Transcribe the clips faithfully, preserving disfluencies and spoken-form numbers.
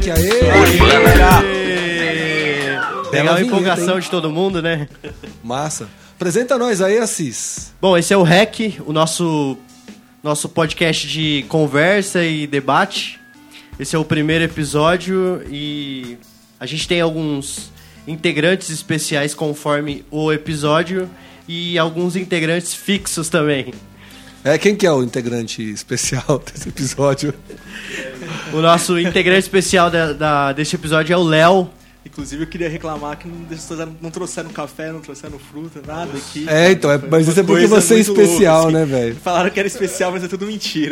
Rec, aê! Legal a empolgação hein? de todo mundo, né? Massa. Apresenta nós aí, Assis. Bom, esse é o Rec, o nosso, nosso podcast de conversa e debate. Esse é o primeiro episódio e a gente tem alguns integrantes especiais conforme o episódio e alguns integrantes fixos também. É, quem que é o integrante especial desse episódio? O nosso integrante especial da, da, desse episódio é o Léo. Inclusive eu queria reclamar que não, não trouxeram café, não trouxeram fruta, nada aqui. É, então, é, mas isso é porque você é especial, louca, assim. Né, velho? Falaram que era especial, mas é tudo mentira.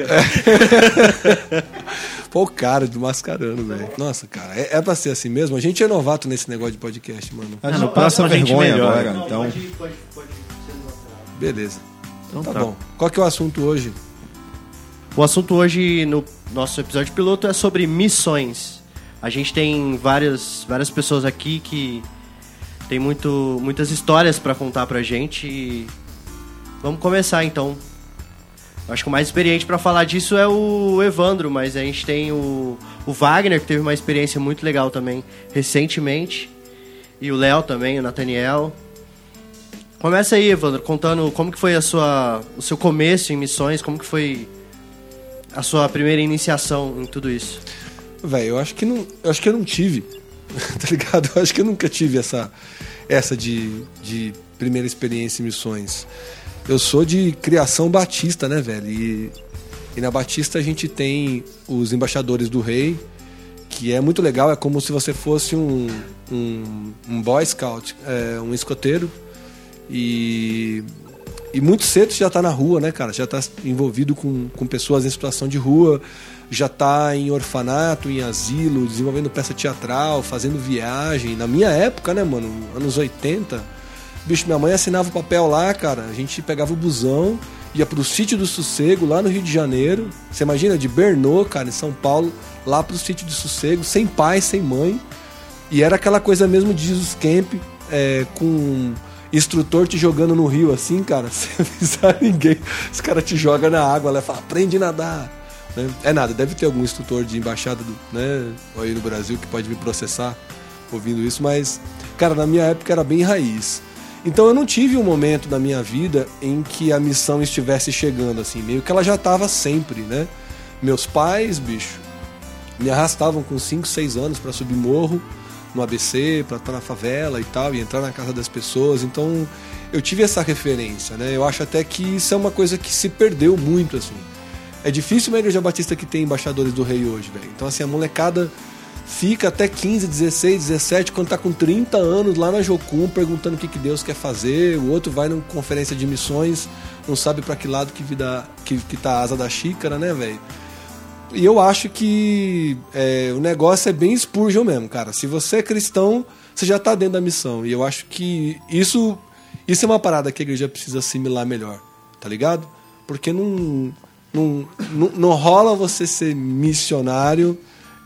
É. Pô, o cara de mascarando, velho. Nossa, cara, é, é pra ser assim mesmo? A gente é novato nesse negócio de podcast, mano. A gente passa a vergonha agora, não, então. Pode, pode, pode ser notado. Beleza. Então tá, tá bom. Qual que é o assunto hoje? O assunto hoje, no nosso episódio piloto, é sobre missões. A gente tem várias, várias pessoas aqui que tem muito, muitas histórias para contar pra gente e vamos começar então. Acho que o mais experiente para falar disso é o Evandro, mas a gente tem o, o Wagner, que teve uma experiência muito legal também recentemente, e o Léo também, o Nathaniel. Começa aí, Evandro, contando como que foi a sua, o seu começo em missões, como que foi a sua primeira iniciação em tudo isso. Velho, eu acho que não, eu acho que eu não tive, tá ligado? Eu acho que eu nunca tive essa, essa de, de primeira experiência em missões. Eu sou de criação batista, né, velho? E, e na Batista a gente tem os embaixadores do rei, que é muito legal, é como se você fosse um, um, um boy scout, é, um escoteiro. E, e muito cedo você já tá na rua, né, cara? Já tá envolvido com, com pessoas em situação de rua, já tá em orfanato, em asilo, desenvolvendo peça teatral, fazendo viagem. Na minha época, né, mano, anos oitenta, bicho, minha mãe assinava o papel lá, cara, a gente pegava o busão, ia pro Sítio do Sossego, lá no Rio de Janeiro. Você imagina, de Brno, cara, em São Paulo, lá pro Sítio do Sossego, sem pai, sem mãe. E era aquela coisa mesmo de Jesus Camp, é, com instrutor te jogando no rio assim, cara, sem avisar ninguém. Os caras te jogam na água, lá e falam, aprende a nadar. É nada, deve ter algum instrutor de embaixada do, né, aí no Brasil que pode me processar ouvindo isso, mas, cara, na minha época era bem raiz. Então eu não tive um momento da minha vida em que a missão estivesse chegando, assim, meio que ela já estava sempre, né? Meus pais, bicho, me arrastavam com cinco, seis anos para subir morro no A B C, para estar na favela e tal, e entrar na casa das pessoas, então eu tive essa referência, né? Eu acho até que isso é uma coisa que se perdeu muito, assim. É difícil uma igreja batista que tem embaixadores do rei hoje, velho. Então, assim, a molecada fica até quinze, dezesseis, dezessete, quando tá com trinta anos lá na Jocum, perguntando o que, que Deus quer fazer. O outro vai numa conferência de missões, não sabe pra que lado que, vida, que, que tá a asa da xícara, né, velho? E eu acho que é, o negócio é bem Spurgeon mesmo, cara. Se você é cristão, você já tá dentro da missão. E eu acho que isso, isso é uma parada que a igreja precisa assimilar melhor, tá ligado? Porque não... Não, não, não rola você ser missionário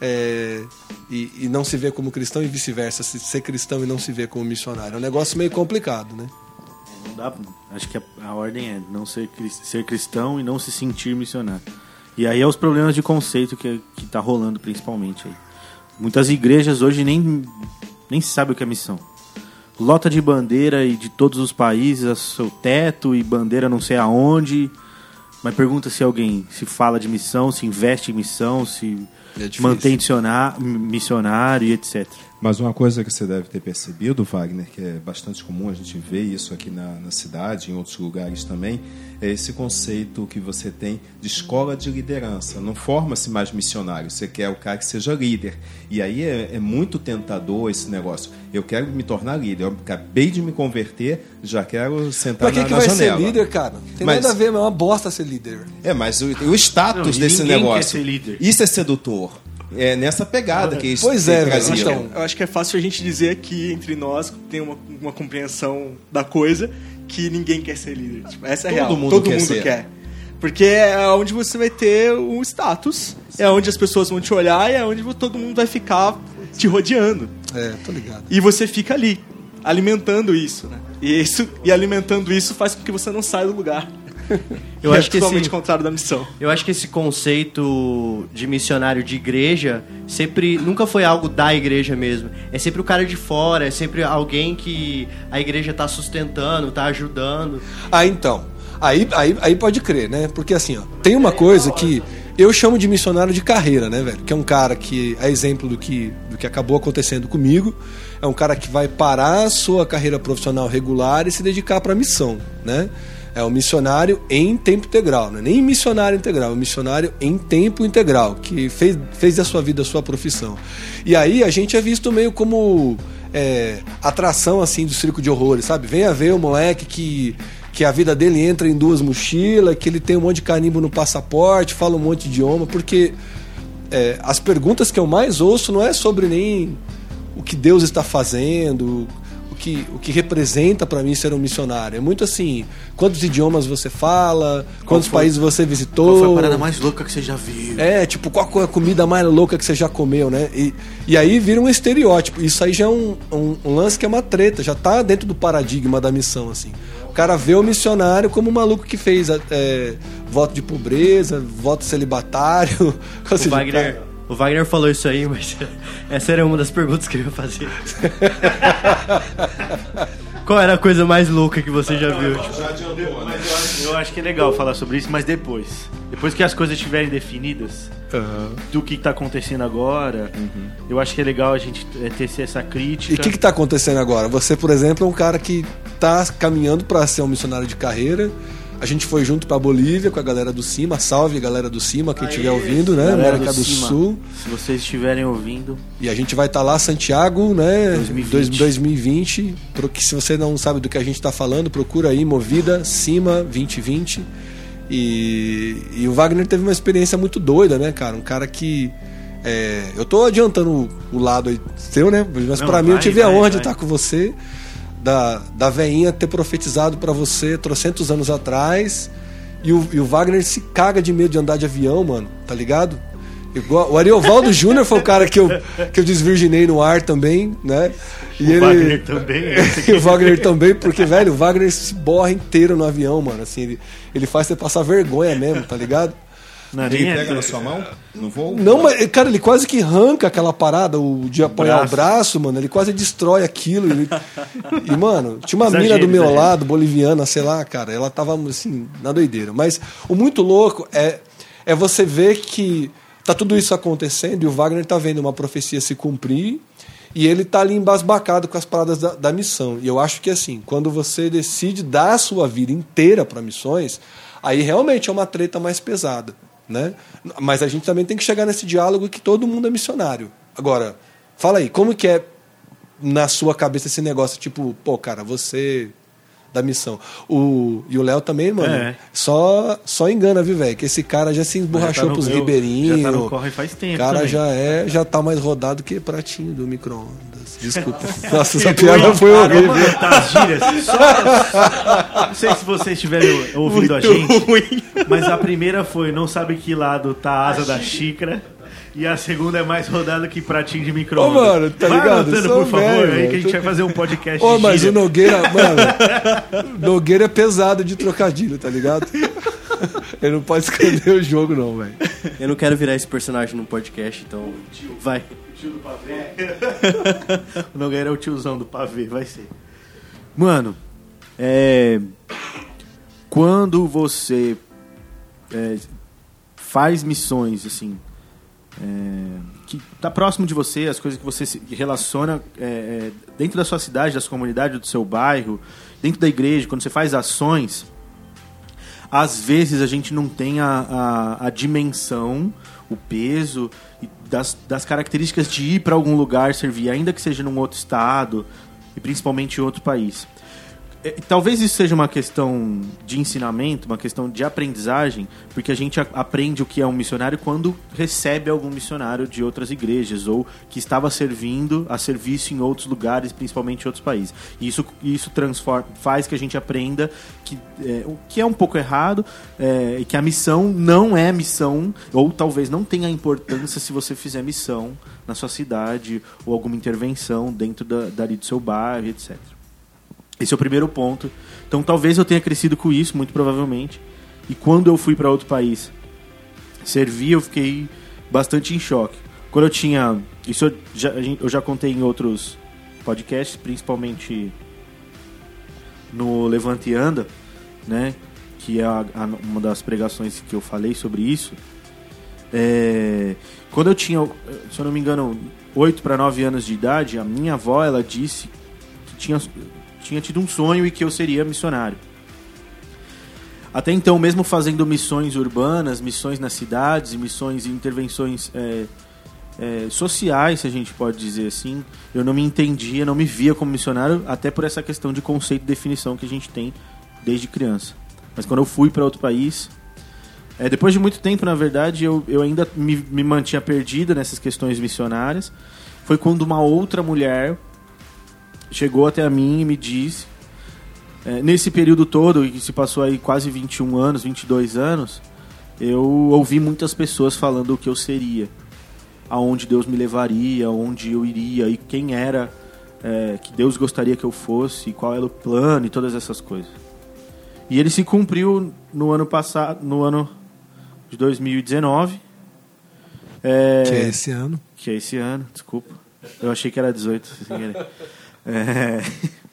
é, e, e não se ver como cristão e vice-versa, ser cristão e não se ver como missionário. É um negócio meio complicado, né? Não dá, acho que a, a ordem é não ser, ser cristão e não se sentir missionário. E aí é os problemas de conceito que, que tá rolando principalmente aí. Muitas igrejas hoje nem, nem sabem o que é missão. Lota de bandeira e de todos os países, a seu teto e bandeira não sei aonde... Mas pergunta se alguém se fala de missão, se investe em missão, se é mantém missionário e etcétera. Mas uma coisa que você deve ter percebido, Wagner, que é bastante comum, a gente vê isso aqui na, na cidade, em outros lugares também, é esse conceito que você tem de escola de liderança. Não forma-se mais missionário, você quer o cara que seja líder. E aí é, é muito tentador esse negócio. Eu quero me tornar líder, eu acabei de me converter, já quero sentar pra que na, que na vai janela. Ser líder, cara? Tem mas, nada a ver, mas é uma bosta ser líder. É, mas o, o status não, desse negócio, negócio, quer ser líder. Isso é sedutor. É nessa pegada que isso Pois é, eu acho, eu acho que é fácil a gente dizer aqui entre nós, tem uma, uma compreensão da coisa, que ninguém quer ser líder. Tipo, essa é Todo real. Mundo Todo quer mundo ser. quer. Porque é onde você vai ter um status, é onde as pessoas vão te olhar e é onde todo mundo vai ficar te rodeando. É, tô ligado. E você fica ali, alimentando isso, né? E, isso, e alimentando isso faz com que você não saia do lugar. Eu é acho que totalmente esse, contrário da missão. eu acho que esse conceito de missionário de igreja sempre nunca foi algo da igreja mesmo. É sempre o cara de fora, é sempre alguém que a igreja tá sustentando, tá ajudando. Ah, então. Aí, aí, aí pode crer, né? Porque assim, ó, tem uma coisa que eu chamo de missionário de carreira, né, velho? Que é um cara que é exemplo do que, do que acabou acontecendo comigo. É um cara que vai parar a sua carreira profissional regular e se dedicar para a missão, né? É um missionário em tempo integral, não é nem missionário integral, é um missionário em tempo integral, que fez, fez da sua vida a sua profissão. E aí a gente é visto meio como é, atração assim do circo de horrores, sabe? Venha ver o moleque que, que a vida dele entra em duas mochilas, que ele tem um monte de carimbo no passaporte, fala um monte de idioma, porque é, as perguntas que eu mais ouço não é sobre nem o que Deus está fazendo, o que, o que representa para mim ser um missionário. É muito assim, quantos idiomas você fala, quantos foi, países você visitou. Qual foi a parada mais louca que você já viu? É, tipo, qual é a comida mais louca que você já comeu, né? E, e aí vira um estereótipo. Isso aí já é um, um, um lance que é uma treta, já tá dentro do paradigma da missão, assim. O cara vê o missionário como um maluco que fez é, voto de pobreza, voto celibatário. O seja, Wagner... cara... O Wagner falou isso aí, mas essa era uma das perguntas que eu ia fazer. Qual era a coisa mais louca que você já viu? Tipo? Mas eu acho, eu acho que é legal falar sobre isso, mas depois. Depois que as coisas estiverem definidas, uhum. do que está acontecendo agora, uhum. eu acho que é legal a gente ter essa crítica. E o que está acontecendo agora? Você, por exemplo, é um cara que está caminhando para ser um missionário de carreira. A gente foi junto pra Bolívia com a galera do Cima. Salve, galera do Cima, quem estiver ouvindo, né? América do, do Sul. Se vocês estiverem ouvindo. E a gente vai estar tá lá, Santiago, né? dois mil e vinte. dois mil e vinte. Porque se você não sabe do que a gente tá falando, procura aí, Movida, Cima, vinte e vinte. E, e o Wagner teve uma experiência muito doida, né, cara? Um cara que... É, eu tô adiantando o, o lado aí seu, né? Mas não, pra mim, vai, eu tive vai, a honra vai. de estar com você. Da, da veinha ter profetizado pra você trocentos anos atrás e o, e o Wagner se caga de medo de andar de avião, mano, tá ligado? Igual, o Ariovaldo Júnior foi o cara que eu, que eu desvirginei no ar também, né? E o ele, Wagner também. E o Wagner também, porque, velho, o Wagner se borra inteiro no avião, mano, assim, ele, ele faz você passar vergonha mesmo, tá ligado? Não, ele é pega é... na sua mão? No voo? Não, mas, cara, ele quase que arranca aquela parada, o de apoiar braço. o braço, mano. Ele quase destrói aquilo. Ele... E, mano, tinha uma exagero, mina do meu exagero. lado, boliviana, sei lá, cara. Ela tava, assim, na doideira. Mas o muito louco é, é você ver que tá tudo isso acontecendo e o Wagner tá vendo uma profecia se cumprir e ele tá ali embasbacado com as paradas da, da missão. E eu acho que, assim, quando você decide dar a sua vida inteira para missões, aí realmente é uma treta mais pesada. Né? Mas a gente também tem que chegar nesse diálogo que todo mundo é missionário. Agora, fala aí, como que é na sua cabeça esse negócio, tipo, pô, cara, você da missão. O, e o Léo também, mano, é. só, só engana, viu, velho? Que esse cara já se emborrachou já tá pros eu, ribeirinhos. Já tá no corre faz tempo. O cara também. já é, já tá mais rodado que pratinho do micro-ondas. Desculpa. Nossa, essa piada foi horrível. Só, não sei se vocês estiverem ouvindo Muito a gente, ruim. Mas a primeira foi não sabe que lado tá a asa a da xícara. E a segunda é mais rodada que pratinho de micro-ondas. Ô, mano, tá vai ligado? anotando, por favor, velho, aí que a gente vai fazer um podcast. Ô, mas o Nogueira, mano, Nogueira é pesado de trocadilho, tá ligado? Ele não pode esconder o jogo, não, velho. Eu não quero virar esse personagem num podcast, então vai. O tio do pavê. O Nogueira é o tiozão do pavê, vai ser. Mano, é... quando você é, faz missões, assim... É, que tá próximo de você, as coisas que você se relaciona é, dentro da sua cidade, da sua comunidade, do seu bairro, dentro da igreja, quando você faz ações, às vezes a gente não tem a, a, a dimensão, o peso das, das características de ir para algum lugar servir, ainda que seja num outro estado e principalmente em outro país. Talvez isso seja uma questão de ensinamento, uma questão de aprendizagem, porque a gente aprende o que é um missionário quando recebe algum missionário de outras igrejas ou que estava servindo a serviço em outros lugares, principalmente em outros países. E isso, isso transforma, faz que a gente aprenda que, é, o que é um pouco errado, é, e que a missão não é missão, ou talvez não tenha importância se você fizer missão na sua cidade ou alguma intervenção dentro da, dali do seu bairro, etcétera. Esse é o primeiro ponto. Então talvez eu tenha crescido com isso, muito provavelmente. e quando eu fui para outro país servir, eu fiquei bastante em choque. Quando eu tinha... Isso eu já, eu já contei em outros podcasts, principalmente no Levante e Anda, né? Que é a, a, uma das pregações que eu falei sobre isso. É, quando eu tinha, se eu não me engano, oito para nove anos de idade, a minha avó, ela disse que tinha, tinha tido um sonho e que eu seria missionário. Até então, mesmo fazendo missões urbanas, missões nas cidades, missões e intervenções é, é, sociais, se a gente pode dizer assim, eu não me entendia, não me via como missionário, até por essa questão de conceito e definição que a gente tem desde criança. Mas quando eu fui para outro país, é, depois de muito tempo, na verdade, eu, eu ainda me, me mantinha perdido nessas questões missionárias. Foi quando uma outra mulher chegou até a mim e me disse, é, nesse período todo, que se passou aí quase vinte e um anos, vinte e dois anos, eu ouvi muitas pessoas falando o que eu seria, aonde Deus me levaria, aonde eu iria e quem era é, que Deus gostaria que eu fosse, qual era o plano e todas essas coisas. E ele se cumpriu no ano passado, no ano de dois mil e dezenove. É, que é esse ano. Que é esse ano, desculpa. Eu achei que era dezoito. É,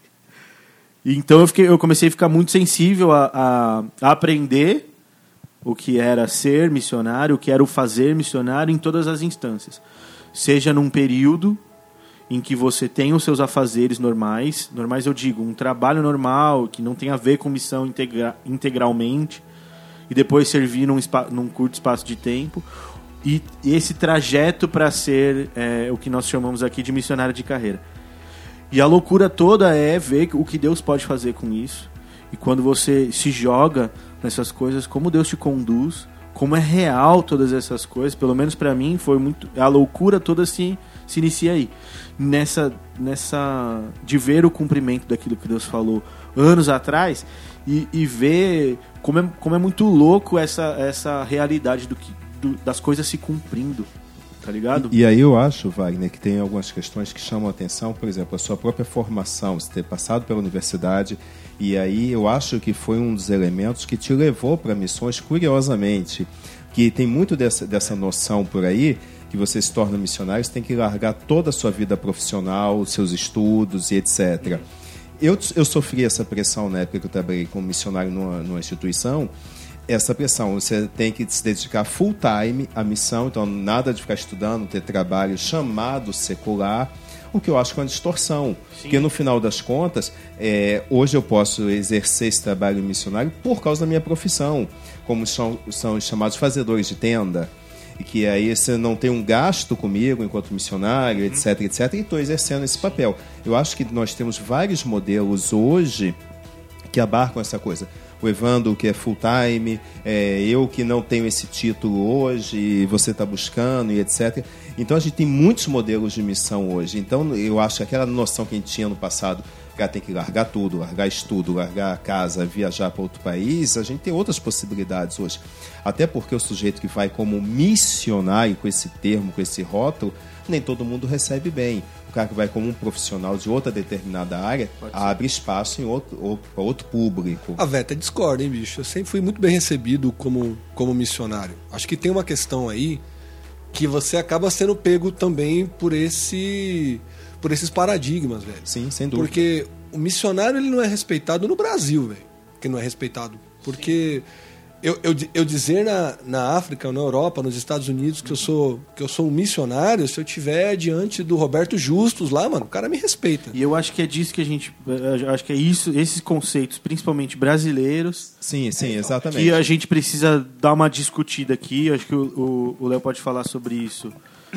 então eu, fiquei, eu comecei a ficar muito sensível a, a, a aprender o que era ser missionário, o que era o fazer missionário em todas as instâncias. Seja num período em que você tem os seus afazeres normais, normais eu digo, um trabalho normal, que não tem a ver com missão integra- integralmente, e depois servir num, spa- num curto espaço de tempo, e esse trajeto para ser é, o que nós chamamos aqui de missionário de carreira. E a loucura toda é ver o que Deus pode fazer com isso, e quando você se joga nessas coisas, como Deus te conduz, como é real todas essas coisas, pelo menos para mim, foi muito, a loucura toda se, se inicia aí. Nessa, nessa de ver o cumprimento daquilo que Deus falou anos atrás e, e ver como é, como é muito louco essa, essa realidade do que, do, das coisas se cumprindo, tá ligado? E, e aí eu acho, Wagner, que tem algumas questões que chamam a atenção, por exemplo, a sua própria formação, você ter passado pela universidade, e aí eu acho que foi um dos elementos que te levou para missões, curiosamente, que tem muito dessa, dessa noção por aí, que você se torna missionário, você tem que largar toda a sua vida profissional, os seus estudos e etcétera. Eu, eu sofri essa pressão na época que eu trabalhei como missionário numa, numa instituição, essa pressão, você tem que se dedicar full time à missão, então nada de ficar estudando, ter trabalho chamado secular, o que eu acho que é uma distorção. Sim. Porque no final das contas, é, hoje eu posso exercer esse trabalho missionário por causa da minha profissão, como são, são os chamados fazedores de tenda, e que aí você não tem um gasto comigo enquanto missionário, etc, etc, e estou exercendo esse papel. Eu acho que nós temos vários modelos hoje que abarcam essa coisa. O Evandro, que é full time, é, eu que não tenho esse título hoje, e você está buscando, e etcétera. Então a gente tem muitos modelos de missão hoje. Então eu acho que aquela noção que a gente tinha no passado, que tem que largar tudo, largar estudo, largar a casa, viajar para outro país, a gente tem outras possibilidades hoje. Até porque o sujeito que vai como missionário, com esse termo, com esse rótulo, nem todo mundo recebe bem. O cara que vai como um profissional de outra determinada área abre espaço em outro, para outro público. A Veta discorda, hein, bicho? Eu sempre fui muito bem recebido como, como missionário. Acho que tem uma questão aí que você acaba sendo pego também por esse... por esses paradigmas, velho. Sim, sem dúvida. Porque o missionário ele não é respeitado no Brasil, velho. Que não é respeitado. Porque eu, eu, eu dizer na, na África, na Europa, nos Estados Unidos que eu sou que eu sou um missionário, se eu estiver diante do Roberto Justus lá, mano, o cara me respeita. E eu acho que é disso que a gente... Eu acho que é isso, esses conceitos, principalmente brasileiros... Sim, sim, exatamente. Que a gente precisa dar uma discutida aqui. Eu acho que o Léo pode falar sobre isso.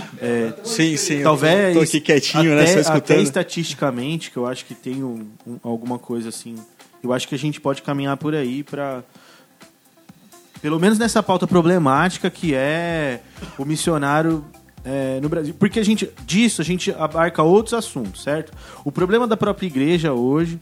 É, sim, sim. Talvez, eu tô aqui quietinho, até, né? Só escutando. Até estatisticamente, que eu acho que tem um, um, alguma coisa assim. Eu acho que a gente pode caminhar por aí para, pelo menos nessa pauta problemática que é o missionário é, no Brasil. Porque a gente, disso a gente abarca outros assuntos, certo? O problema da própria igreja hoje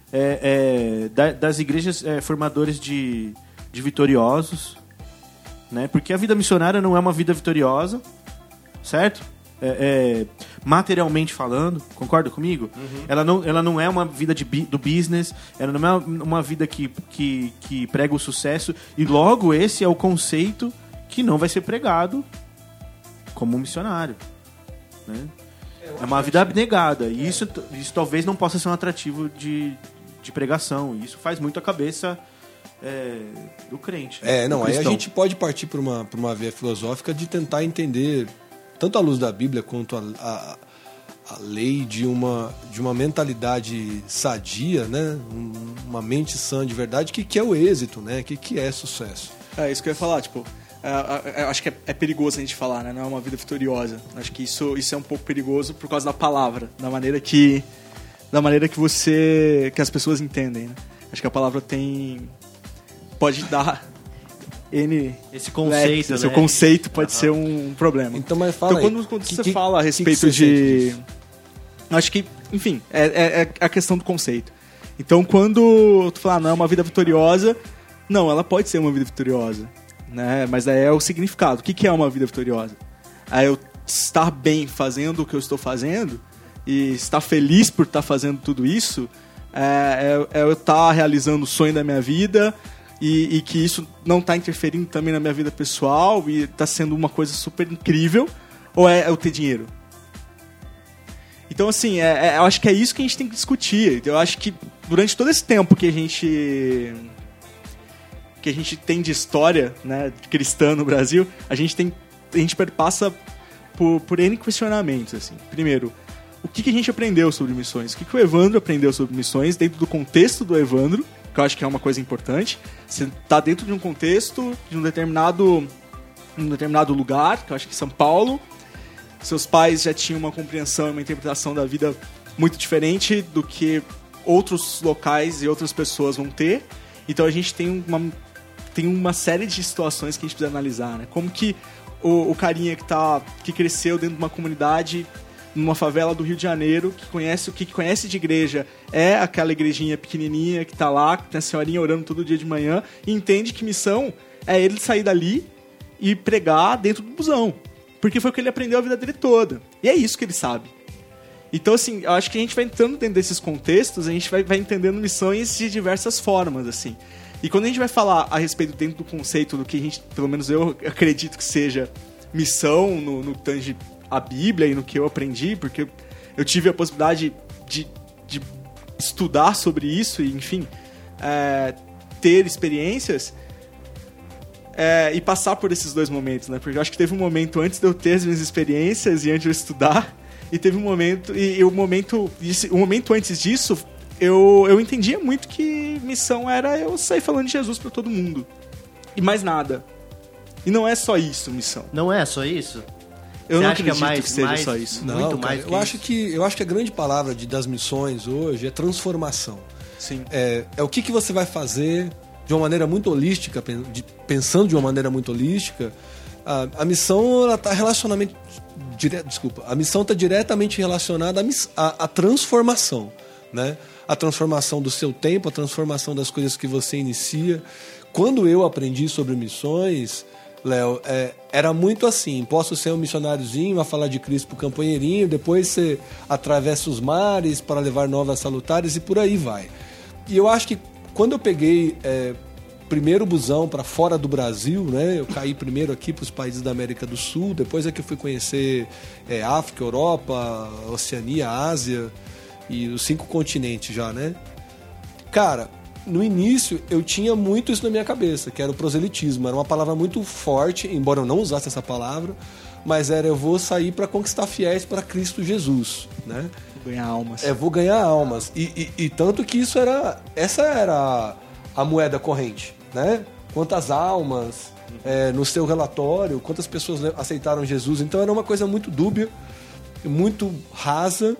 é, é das igrejas é, formadoras de, de vitoriosos, né? Porque a vida missionária não é uma vida vitoriosa. Certo? É, é, materialmente falando, concorda comigo? Uhum. Ela, não, ela não é uma vida de, do business, ela não é uma vida que, que, que prega o sucesso, e logo esse é o conceito que não vai ser pregado como um missionário, né? É uma vida abnegada, e isso, isso talvez não possa ser um atrativo de, de pregação, e isso faz muito a cabeça é, do crente. É, do não, cristão. aí a gente pode partir para uma, para uma via filosófica de tentar entender, tanto à luz da Bíblia, quanto a, a, a lei de uma, de uma mentalidade sadia, né? Uma mente sã de verdade, que, que é o êxito, né? Que, que é sucesso. É isso que eu ia falar, tipo... É, é, acho que é, é perigoso a gente falar, né? Não é uma vida vitoriosa. Acho que isso, isso é um pouco perigoso por causa da palavra, da maneira que, da maneira que você, que as pessoas entendem, né? Acho que a palavra tem, pode dar N esse conceito, leques, né? O conceito pode uhum. ser um, um problema. Então, mas fala então quando, quando que, você que, fala a respeito que que de, acho que, enfim, é, é, é a questão do conceito. Então, quando tu fala, não é uma vida vitoriosa, não, ela pode ser uma vida vitoriosa. Né? Mas aí é o significado. O que é uma vida vitoriosa? É eu estar bem fazendo o que eu estou fazendo e estar feliz por estar fazendo tudo isso, é, é, é eu estar realizando o sonho da minha vida e, e que isso não está interferindo também na minha vida pessoal e está sendo uma coisa super incrível, ou é, é eu ter dinheiro? Então, assim, é, é, eu acho que é isso que a gente tem que discutir. Eu acho que durante todo esse tempo que a gente... que a gente tem de história, né, cristã no Brasil, a gente tem a gente perpassa por, por N questionamentos, assim. Primeiro, o que, que a gente aprendeu sobre missões? O que, que o Evandro aprendeu sobre missões dentro do contexto do Evandro, que eu acho que é uma coisa importante. Você está dentro de um contexto, de um determinado, um determinado lugar, que eu acho que São Paulo. Seus pais já tinham uma compreensão e uma interpretação da vida muito diferente do que outros locais e outras pessoas vão ter. Então a gente tem uma, tem uma série de situações que a gente precisa analisar, né? Como que o, o carinha que, tá, que cresceu dentro de uma comunidade, numa favela do Rio de Janeiro, que conhece o que conhece de igreja é aquela igrejinha pequenininha que tá lá, que tem a senhorinha orando todo dia de manhã, e entende que missão é ele sair dali e pregar dentro do busão. Porque foi o que ele aprendeu a vida dele toda. E é isso que ele sabe. Então, assim, eu acho que a gente vai entrando dentro desses contextos, a gente vai, vai entendendo missões de diversas formas, assim. E quando a gente vai falar a respeito dentro do conceito do que a gente, pelo menos eu acredito que seja missão no, no tange a Bíblia e no que eu aprendi, porque eu tive a possibilidade de, de estudar sobre isso e, enfim, é, ter experiências é, e passar por esses dois momentos, né? Porque eu acho que teve um momento antes de eu ter as minhas experiências e antes de eu estudar, e teve um momento, e, e o momento, o momento antes disso, eu, eu entendia muito que missão era eu sair falando de Jesus para todo mundo. E mais nada. E não é só isso, missão. Não é só isso? Eu Você não acha acredito que, é mais, que seja mais, só isso. Não, muito cara, mais que eu isso. acho que eu acho que a grande palavra de, das missões hoje é transformação. Sim. É, é o que, que você vai fazer de uma maneira muito holística, de, pensando de uma maneira muito holística. A, a missão ela está relacionamento dire, desculpa, a missão está diretamente relacionada à, à transformação, né? A transformação do seu tempo, a transformação das coisas que você inicia. Quando eu aprendi sobre missões, Léo, é, era muito assim, posso ser um missionáriozinho a falar de Cristo pro campanheirinho, depois você atravessa os mares para levar novas salutares e por aí vai. E eu acho que quando eu peguei é, primeiro busão para fora do Brasil, né, eu caí primeiro aqui para os países da América do Sul, depois é que eu fui conhecer é, África, Europa, Oceania, Ásia e os cinco continentes já, né? Cara, no início eu tinha muito isso na minha cabeça, que era o proselitismo. Era uma palavra muito forte, embora eu não usasse essa palavra, mas era eu vou sair para conquistar fiéis para Cristo Jesus, né? Vou ganhar almas. É, vou ganhar almas. E, e, e tanto que isso era, essa era a moeda corrente, né? Quantas almas é, no seu relatório, quantas pessoas aceitaram Jesus. Então era uma coisa muito dúbia, muito rasa.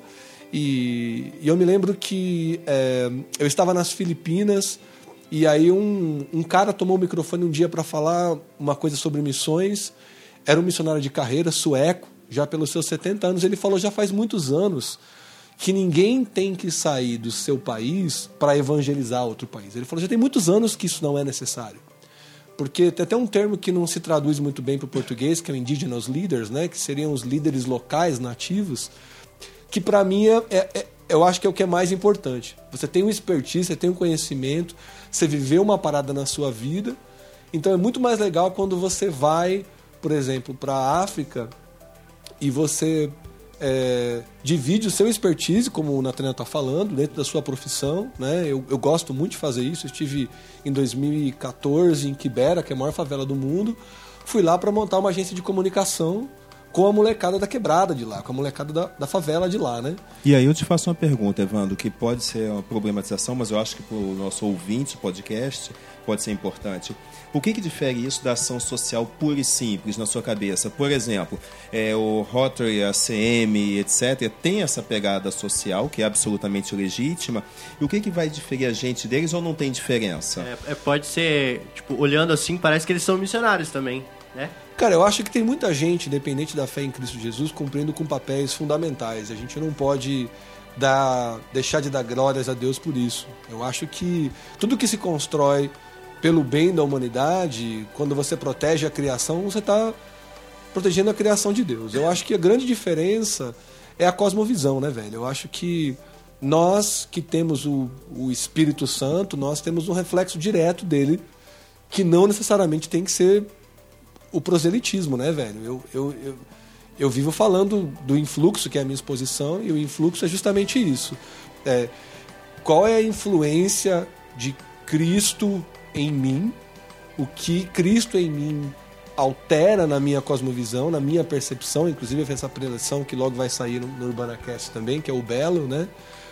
E, e eu me lembro que é, eu estava nas Filipinas e aí um, um cara tomou o microfone um dia para falar uma coisa sobre missões. Era um missionário de carreira, sueco, já pelos seus setenta anos. Ele falou, já faz muitos anos que ninguém tem que sair do seu país para evangelizar outro país. Ele falou, já tem muitos anos que isso não é necessário. porque tem até um termo que não se traduz muito bem para o português, que é o indigenous leaders, né? Que seriam os líderes locais, nativos, que para mim é, é, eu acho que é o que é mais importante. Você tem um expertise, você tem um conhecimento, você viveu uma parada na sua vida, então é muito mais legal quando você vai, por exemplo, para a África e você é, divide o seu expertise, como o Nathaniel está falando, dentro da sua profissão, né? Eu, eu gosto muito de fazer isso. Eu estive em dois mil e quatorze em Kibera, que é a maior favela do mundo. Fui lá para montar uma agência de comunicação com a molecada da quebrada de lá, com a molecada da, da favela de lá, né? E aí eu te faço uma pergunta, Evandro, que pode ser uma problematização, mas eu acho que para o nosso ouvinte do podcast pode ser importante. O que, que difere isso da ação social pura e simples na sua cabeça? Por exemplo, é, o Rotary, a C M, etcétera, tem essa pegada social que é absolutamente legítima. E o que, que vai diferir a gente deles ou não tem diferença? É, é, pode ser, tipo, olhando assim, parece que eles são missionários também, né? Cara, eu acho que tem muita gente, independente da fé em Cristo Jesus, cumprindo com papéis fundamentais. A gente não pode dar, deixar de dar glórias a Deus por isso. Eu acho que tudo que se constrói pelo bem da humanidade, quando você protege a criação, você está protegendo a criação de Deus. Eu acho que a grande diferença é a cosmovisão, né, velho? Eu acho que nós que temos o, o Espírito Santo, nós temos um reflexo direto dele, que não necessariamente tem que ser o proselitismo, né, velho? Eu, eu, eu, eu vivo falando do influxo, que é a minha exposição, e o influxo é justamente isso. É, qual é a influência de Cristo em mim? O que Cristo em mim altera na minha cosmovisão, na minha percepção, inclusive essa preleção que logo vai sair no, no UrbanaCast também, que é o Belo, né?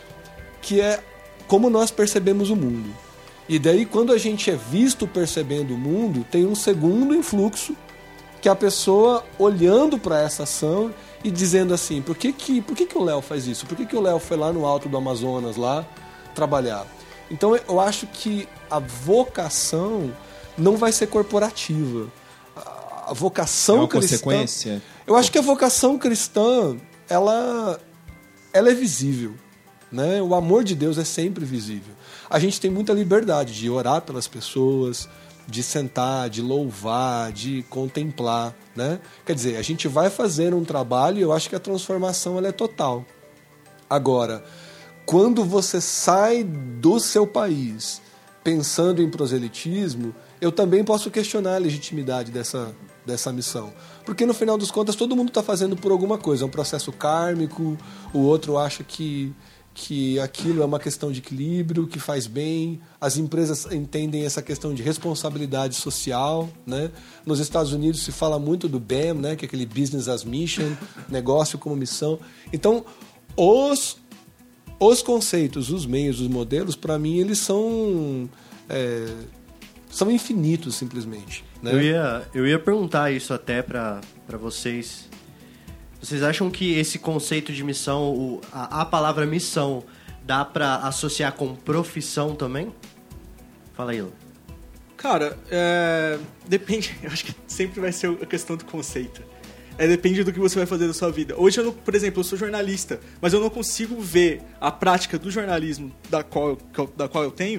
Que é como nós percebemos o mundo. E daí, quando a gente é visto percebendo o mundo, tem um segundo influxo, que é a pessoa olhando para essa ação e dizendo assim, por que que, por que que o Léo faz isso? Por que que o Léo foi lá no alto do Amazonas lá trabalhar? Então eu acho que a vocação não vai ser corporativa. A vocação é uma cristã... consequência? Eu acho que a vocação cristã, ela, ela é visível, né? O amor de Deus é sempre visível. A gente tem muita liberdade de orar pelas pessoas, de sentar, de louvar, de contemplar, né? Quer dizer, a gente vai fazer um trabalho e eu acho que a transformação ela é total. Agora, quando você sai do seu país pensando em proselitismo, eu também posso questionar a legitimidade dessa, dessa missão. Porque no final das contas todo mundo está fazendo por alguma coisa, é um processo kármico, o outro acha que... que aquilo é uma questão de equilíbrio, que faz bem. As empresas entendem essa questão de responsabilidade social, né? Nos Estados Unidos se fala muito do B A M, né? Que é aquele Business as Mission, negócio como missão. Então, os, os conceitos, os meios, os modelos, para mim, eles são, é, são infinitos, simplesmente. Né? Eu ia, eu ia perguntar isso até para vocês... Vocês acham que esse conceito de missão, o, a, a palavra missão, dá pra associar com profissão também? Fala aí, Lu. Cara, é, depende, eu acho que sempre vai ser a questão do conceito. É, depende do que você vai fazer da sua vida. Hoje, eu não, por exemplo, eu sou jornalista, mas eu não consigo ver a prática do jornalismo da qual, da qual eu tenho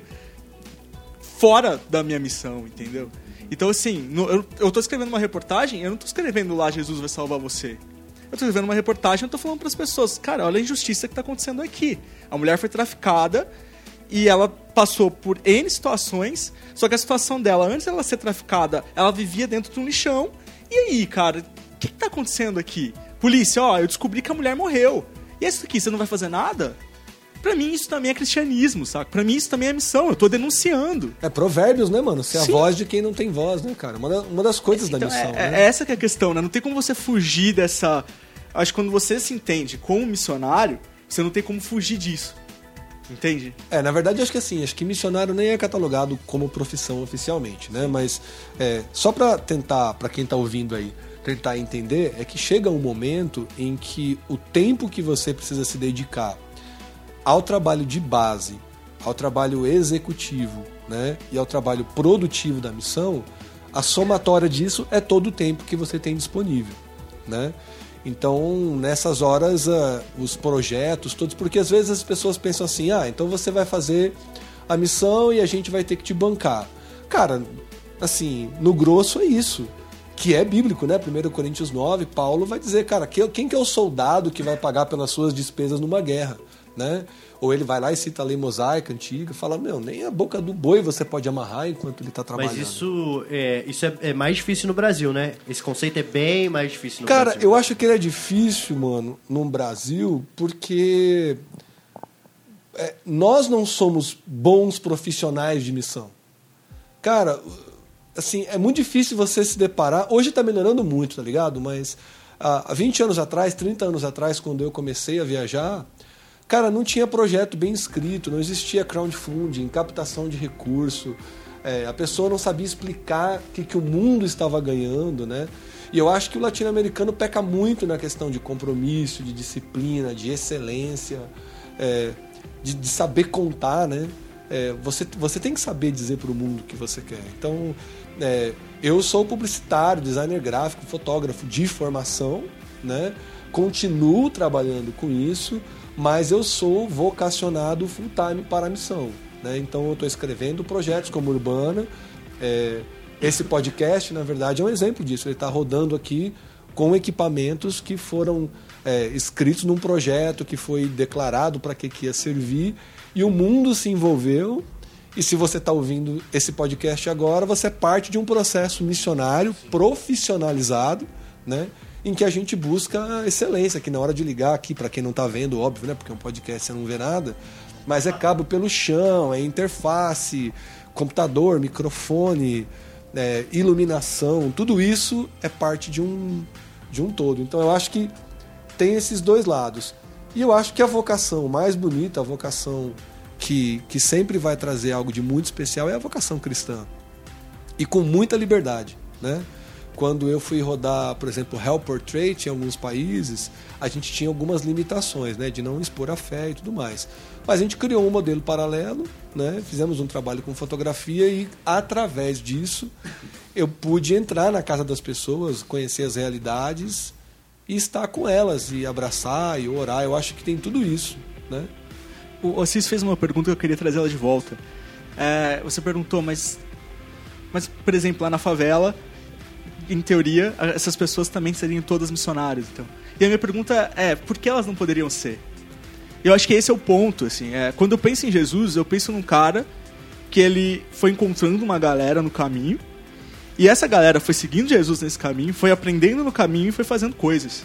fora da minha missão, entendeu? Então, assim, no, eu, eu tô escrevendo uma reportagem, eu não tô escrevendo lá Jesus vai salvar você. Eu tô escrevendo uma reportagem, eu tô falando para as pessoas, cara, olha a injustiça que tá acontecendo aqui. A mulher foi traficada e ela passou por N situações, só que a situação dela, antes dela ser traficada, ela vivia dentro de um lixão. E aí, cara, o que, que tá acontecendo aqui? Polícia, ó, eu descobri que a mulher morreu. E é isso aqui, você não vai fazer nada? Pra mim isso também é cristianismo, saca? Pra mim isso também é missão, eu tô denunciando. É provérbios, né, mano? Ser Sim. a voz de quem não tem voz, né, cara? Uma, da, uma das coisas então, da missão, é, né? É essa que é a questão, né? Não tem como você fugir dessa... Acho que quando você se entende como missionário, você não tem como fugir disso. Entende? É, na verdade, acho que assim, acho que missionário nem é catalogado como profissão oficialmente, né? Mas é, só pra tentar, pra quem tá ouvindo aí, tentar entender, é que chega um momento em que o tempo que você precisa se dedicar ao trabalho de base, ao trabalho executivo, né, e ao trabalho produtivo da missão, a somatória disso é todo o tempo que você tem disponível, né? Então, nessas horas, uh, os projetos todos, porque às vezes as pessoas pensam assim, ah, então você vai fazer a missão e a gente vai ter que te bancar. Cara, assim, no grosso é isso. Que é bíblico, né? primeira Coríntios nove, Paulo vai dizer, cara, quem que é o soldado que vai pagar pelas suas despesas numa guerra, né? Ou ele vai lá e cita a lei mosaica antiga, fala, meu, nem a boca do boi você pode amarrar enquanto ele está trabalhando. Mas isso, é, isso é, é mais difícil no Brasil, né? Esse conceito é bem mais difícil no cara, Brasil. Cara, eu acho que ele é difícil, mano, no Brasil, porque é, nós não somos bons profissionais de missão. Cara, assim, é muito difícil você se deparar. Hoje está melhorando muito, tá ligado? Mas há vinte anos atrás, trinta anos atrás, quando eu comecei a viajar, cara, não tinha projeto bem escrito, não existia crowdfunding, captação de recurso. É, a pessoa não sabia explicar o que, que o mundo estava ganhando, né? E eu acho que o latino-americano peca muito na questão de compromisso, de disciplina, de excelência, é, de, de saber contar, né? É, você, você tem que saber dizer para o mundo o que você quer. Então, é, eu sou publicitário, designer gráfico, fotógrafo de formação, né? Continuo trabalhando com isso, mas eu sou vocacionado full time para a missão, né? Então eu estou escrevendo projetos como Urbana. É, esse podcast, na verdade, é um exemplo disso. Ele está rodando aqui com equipamentos que foram é, escritos num projeto que foi declarado para que, que ia servir, e o mundo se envolveu. E se você está ouvindo esse podcast agora, você é parte de um processo missionário profissionalizado, né? Em que a gente busca excelência, que na hora de ligar aqui, para quem não está vendo, óbvio, né? Porque é um podcast, você não vê nada, mas é cabo pelo chão, é interface, computador, microfone, é, iluminação, tudo isso é parte de um, de um todo. Então eu acho que tem esses dois lados. E eu acho que a vocação mais bonita, a vocação que, que sempre vai trazer algo de muito especial, é a vocação cristã. E com muita liberdade, né? Quando eu fui rodar, por exemplo, Hell Portrait em alguns países, a gente tinha algumas limitações, né, de não expor a fé e tudo mais. Mas a gente criou um modelo paralelo, né, fizemos um trabalho com fotografia e, através disso, eu pude entrar na casa das pessoas, conhecer as realidades e estar com elas, e abraçar e orar. Eu acho que tem tudo isso, né? O Assis fez uma pergunta que eu queria trazer ela de volta. É, você perguntou, mas, mas, por exemplo, lá na favela, em teoria, essas pessoas também seriam todas missionárias. Então. E a minha pergunta é, por que elas não poderiam ser? Eu acho que esse é o ponto. Assim, é, quando eu penso em Jesus, eu penso num cara que ele foi encontrando uma galera no caminho, e essa galera foi seguindo Jesus nesse caminho, foi aprendendo no caminho e foi fazendo coisas.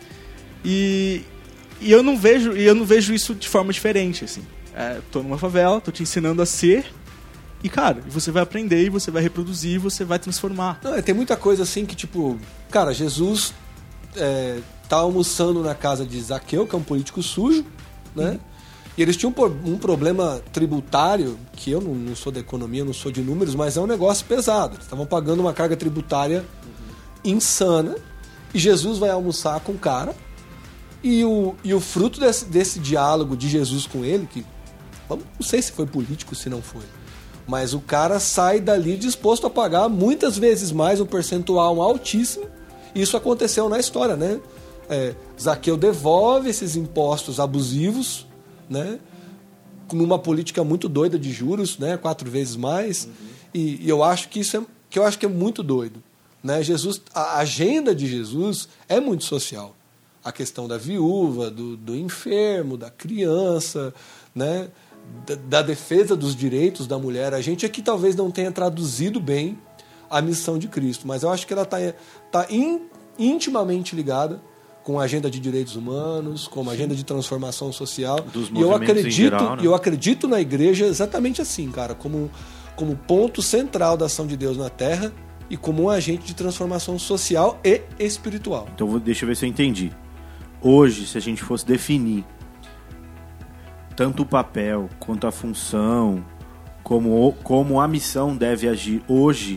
E, e eu não vejo, e eu não vejo isso de forma diferente. Assim. É, tô numa favela, tô te ensinando a ser... E, cara, você vai aprender, você vai reproduzir, você vai transformar. Não, tem muita coisa assim que, tipo... Cara, Jesus é, tá almoçando na casa de Zaqueu, que é um político sujo, né? Uhum. E eles tinham um problema tributário, que eu não, não sou da economia, não sou de números, mas é um negócio pesado. Eles estavam pagando uma carga tributária uhum. insana, e Jesus vai almoçar com o cara, e o, e o fruto desse, desse diálogo de Jesus com ele, que não sei se foi político, se não foi, mas o cara sai dali disposto a pagar muitas vezes mais, um percentual altíssimo. Isso aconteceu na história, né? É, Zaqueu devolve esses impostos abusivos, né? Numa política muito doida de juros, né? Quatro vezes mais. Uhum. E, e eu acho que isso é, que eu acho que é muito doido, né? Jesus, a agenda de Jesus é muito social. A questão da viúva, do, do enfermo, da criança, né? Da, da defesa dos direitos da mulher. A gente aqui talvez não tenha traduzido bem a missão de Cristo, mas eu acho que ela está tá in, intimamente ligada com a agenda de direitos humanos, com a agenda de transformação social. Dos e eu acredito, geral, né? eu acredito na igreja exatamente assim, cara, como, como ponto central da ação de Deus na Terra e como um agente de transformação social e espiritual. Então vou, deixa eu ver se eu entendi. Hoje, se a gente fosse definir tanto o papel quanto a função, como, como a missão deve agir hoje,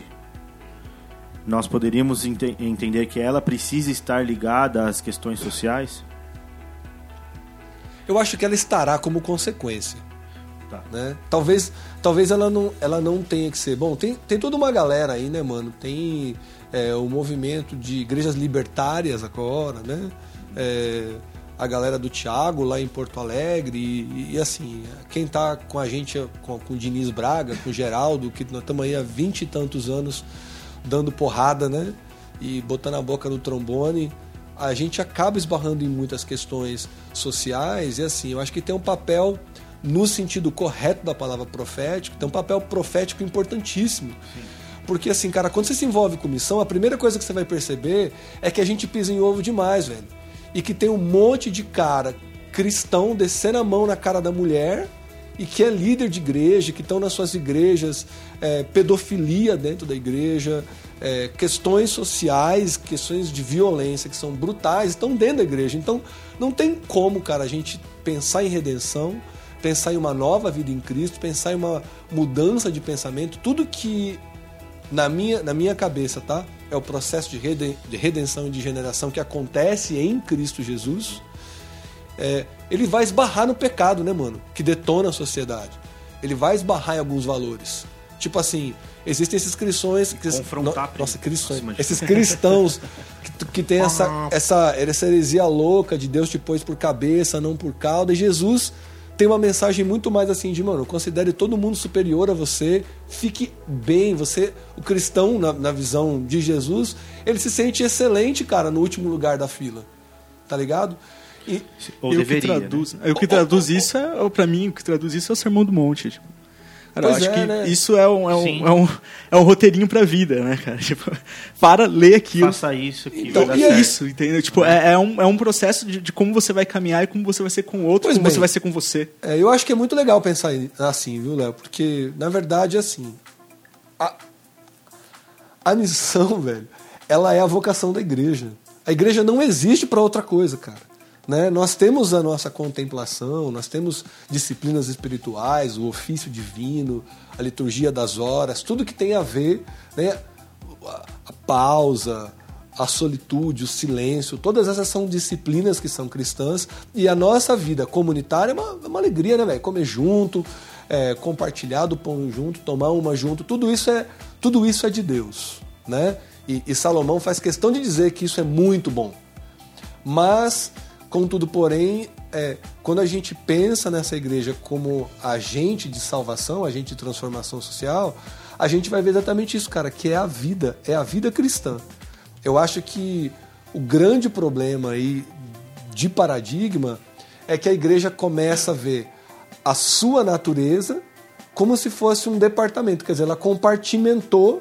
nós poderíamos ente- entender que ela precisa estar ligada às questões sociais? Eu acho que ela estará como consequência. Tá. Né? Talvez, talvez ela, não, ela não tenha que ser... Bom, tem, tem toda uma galera aí, né, mano? Tem é, o movimento de igrejas libertárias agora, né? É, a galera do Thiago lá em Porto Alegre e, e assim, quem tá com a gente, com, com o Diniz Braga, com o Geraldo, que nós estamos aí há vinte e tantos anos dando porrada, né? E botando a boca no trombone, a gente acaba esbarrando em muitas questões sociais e assim, eu acho que tem um papel, no sentido correto da palavra profético, tem um papel profético importantíssimo. Sim. Porque assim, cara, quando você se envolve com missão, a primeira coisa que você vai perceber é que a gente pisa em ovo demais, velho. E que tem um monte de cara cristão descendo a mão na cara da mulher e que é líder de igreja, que estão nas suas igrejas, é, pedofilia dentro da igreja, é, questões sociais, questões de violência que são brutais, estão dentro da igreja. Então, não tem como, cara, a gente pensar em redenção, pensar em uma nova vida em Cristo, pensar em uma mudança de pensamento, tudo que, na minha, na minha cabeça, tá? É o processo de, reden, de redenção e de regeneração que acontece em Cristo Jesus. É, ele vai esbarrar no pecado, né, mano? Que detona a sociedade. Ele vai esbarrar em alguns valores. Tipo assim, existem esses cristãos... Que, Confrontar. No, nossa, cristãos. Esses cristãos que, que tem essa, essa, essa heresia louca de Deus te pôs por cabeça, não por cauda. E Jesus tem uma mensagem muito mais assim de, mano, considere todo mundo superior a você, fique bem. Você, o cristão, na, na visão de Jesus, ele se sente excelente, cara, no último lugar da fila. Tá ligado? E, Ou e deveria, o que traduz, né? o que traduz isso é, pra mim, o que traduz isso é o Sermão do Monte. Tipo. Cara, eu acho é, que né? isso é um, é, um, é, um, é um roteirinho pra vida, né, cara? Tipo, para, ler aquilo. Faça isso que então, vai dar e certo. É isso, entendeu? Tipo, é, é, um, é um processo de, de como você vai caminhar e como você vai ser com o outro, pois como bem, você vai ser com você. É, eu acho que é muito legal pensar assim, viu, Léo? Porque, na verdade, assim, a, a missão, velho, ela é a vocação da igreja. A igreja não existe pra outra coisa, cara. Né? Nós temos a nossa contemplação, nós temos disciplinas espirituais, o ofício divino, a liturgia das horas, tudo que tem a ver, né? a, a pausa, a solitude, o silêncio, todas essas são disciplinas que são cristãs e a nossa vida comunitária é uma, é uma alegria, né, velho? Comer junto, é, compartilhar do pão junto, tomar uma junto, tudo isso é, tudo isso é de Deus, né? E, e Salomão faz questão de dizer que isso é muito bom, mas... Contudo, porém, é, quando a gente pensa nessa igreja como agente de salvação, agente de transformação social, a gente vai ver exatamente isso, cara, que é a vida, é a vida cristã. Eu acho que o grande problema aí de paradigma é que a igreja começa a ver a sua natureza como se fosse um departamento, quer dizer, ela compartimentou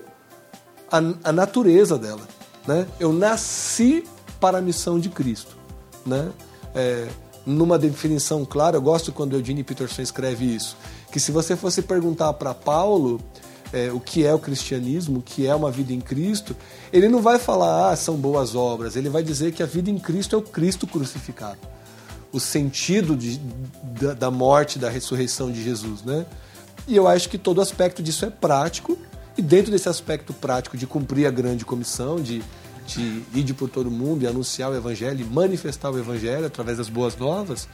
a, a natureza dela, né? Eu nasci para a missão de Cristo. Né? É, numa definição clara, eu gosto quando o Eugene Peterson escreve isso, que se você fosse perguntar para Paulo é, o que é o cristianismo, o que é uma vida em Cristo, ele não vai falar, ah, são boas obras, ele vai dizer que a vida em Cristo é o Cristo crucificado, o sentido de, da, da morte, da ressurreição de Jesus, né? E eu acho que todo aspecto disso é prático, e dentro desse aspecto prático de cumprir a grande comissão, de de ir por todo mundo e anunciar o Evangelho e manifestar o Evangelho através das boas novas,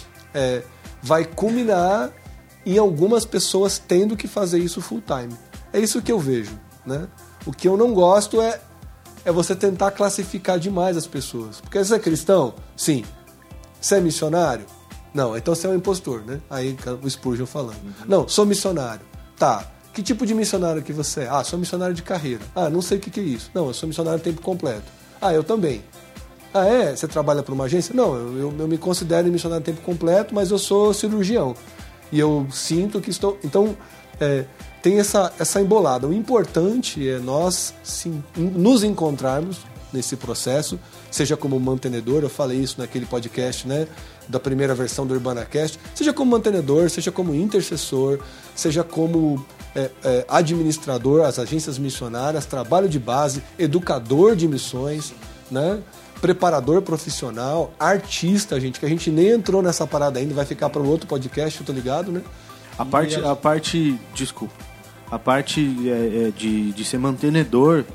é, vai culminar em algumas pessoas tendo que fazer isso full time. É isso que eu vejo, né? O que eu não gosto é, é você tentar classificar demais as pessoas. Porque você é cristão? Sim. Você é missionário? Não, então você é um impostor, né? Aí o Spurgeon falando. Uhum. Não, sou missionário. Tá. Que tipo de missionário que você é? Ah, sou missionário de carreira. Ah, não sei o que, que é isso. Não, eu sou missionário de tempo completo. Ah, eu também. Ah, é? Você trabalha para uma agência? Não, eu, eu, eu me considero missionário de tempo completo, mas eu sou cirurgião. E eu sinto que estou... Então, é, tem essa, essa embolada. O importante é nós sim, nos encontrarmos nesse processo, seja como mantenedor, eu falei isso naquele podcast, né, da primeira versão do UrbanaCast, seja como mantenedor, seja como intercessor, seja como é, é, administrador, as agências missionárias, trabalho de base, educador de missões, né, preparador profissional, artista, gente, que a gente nem entrou nessa parada ainda, vai ficar para o outro podcast, eu tô ligado, né? A parte, a parte, desculpa, a parte é, é, de, de ser mantenedor,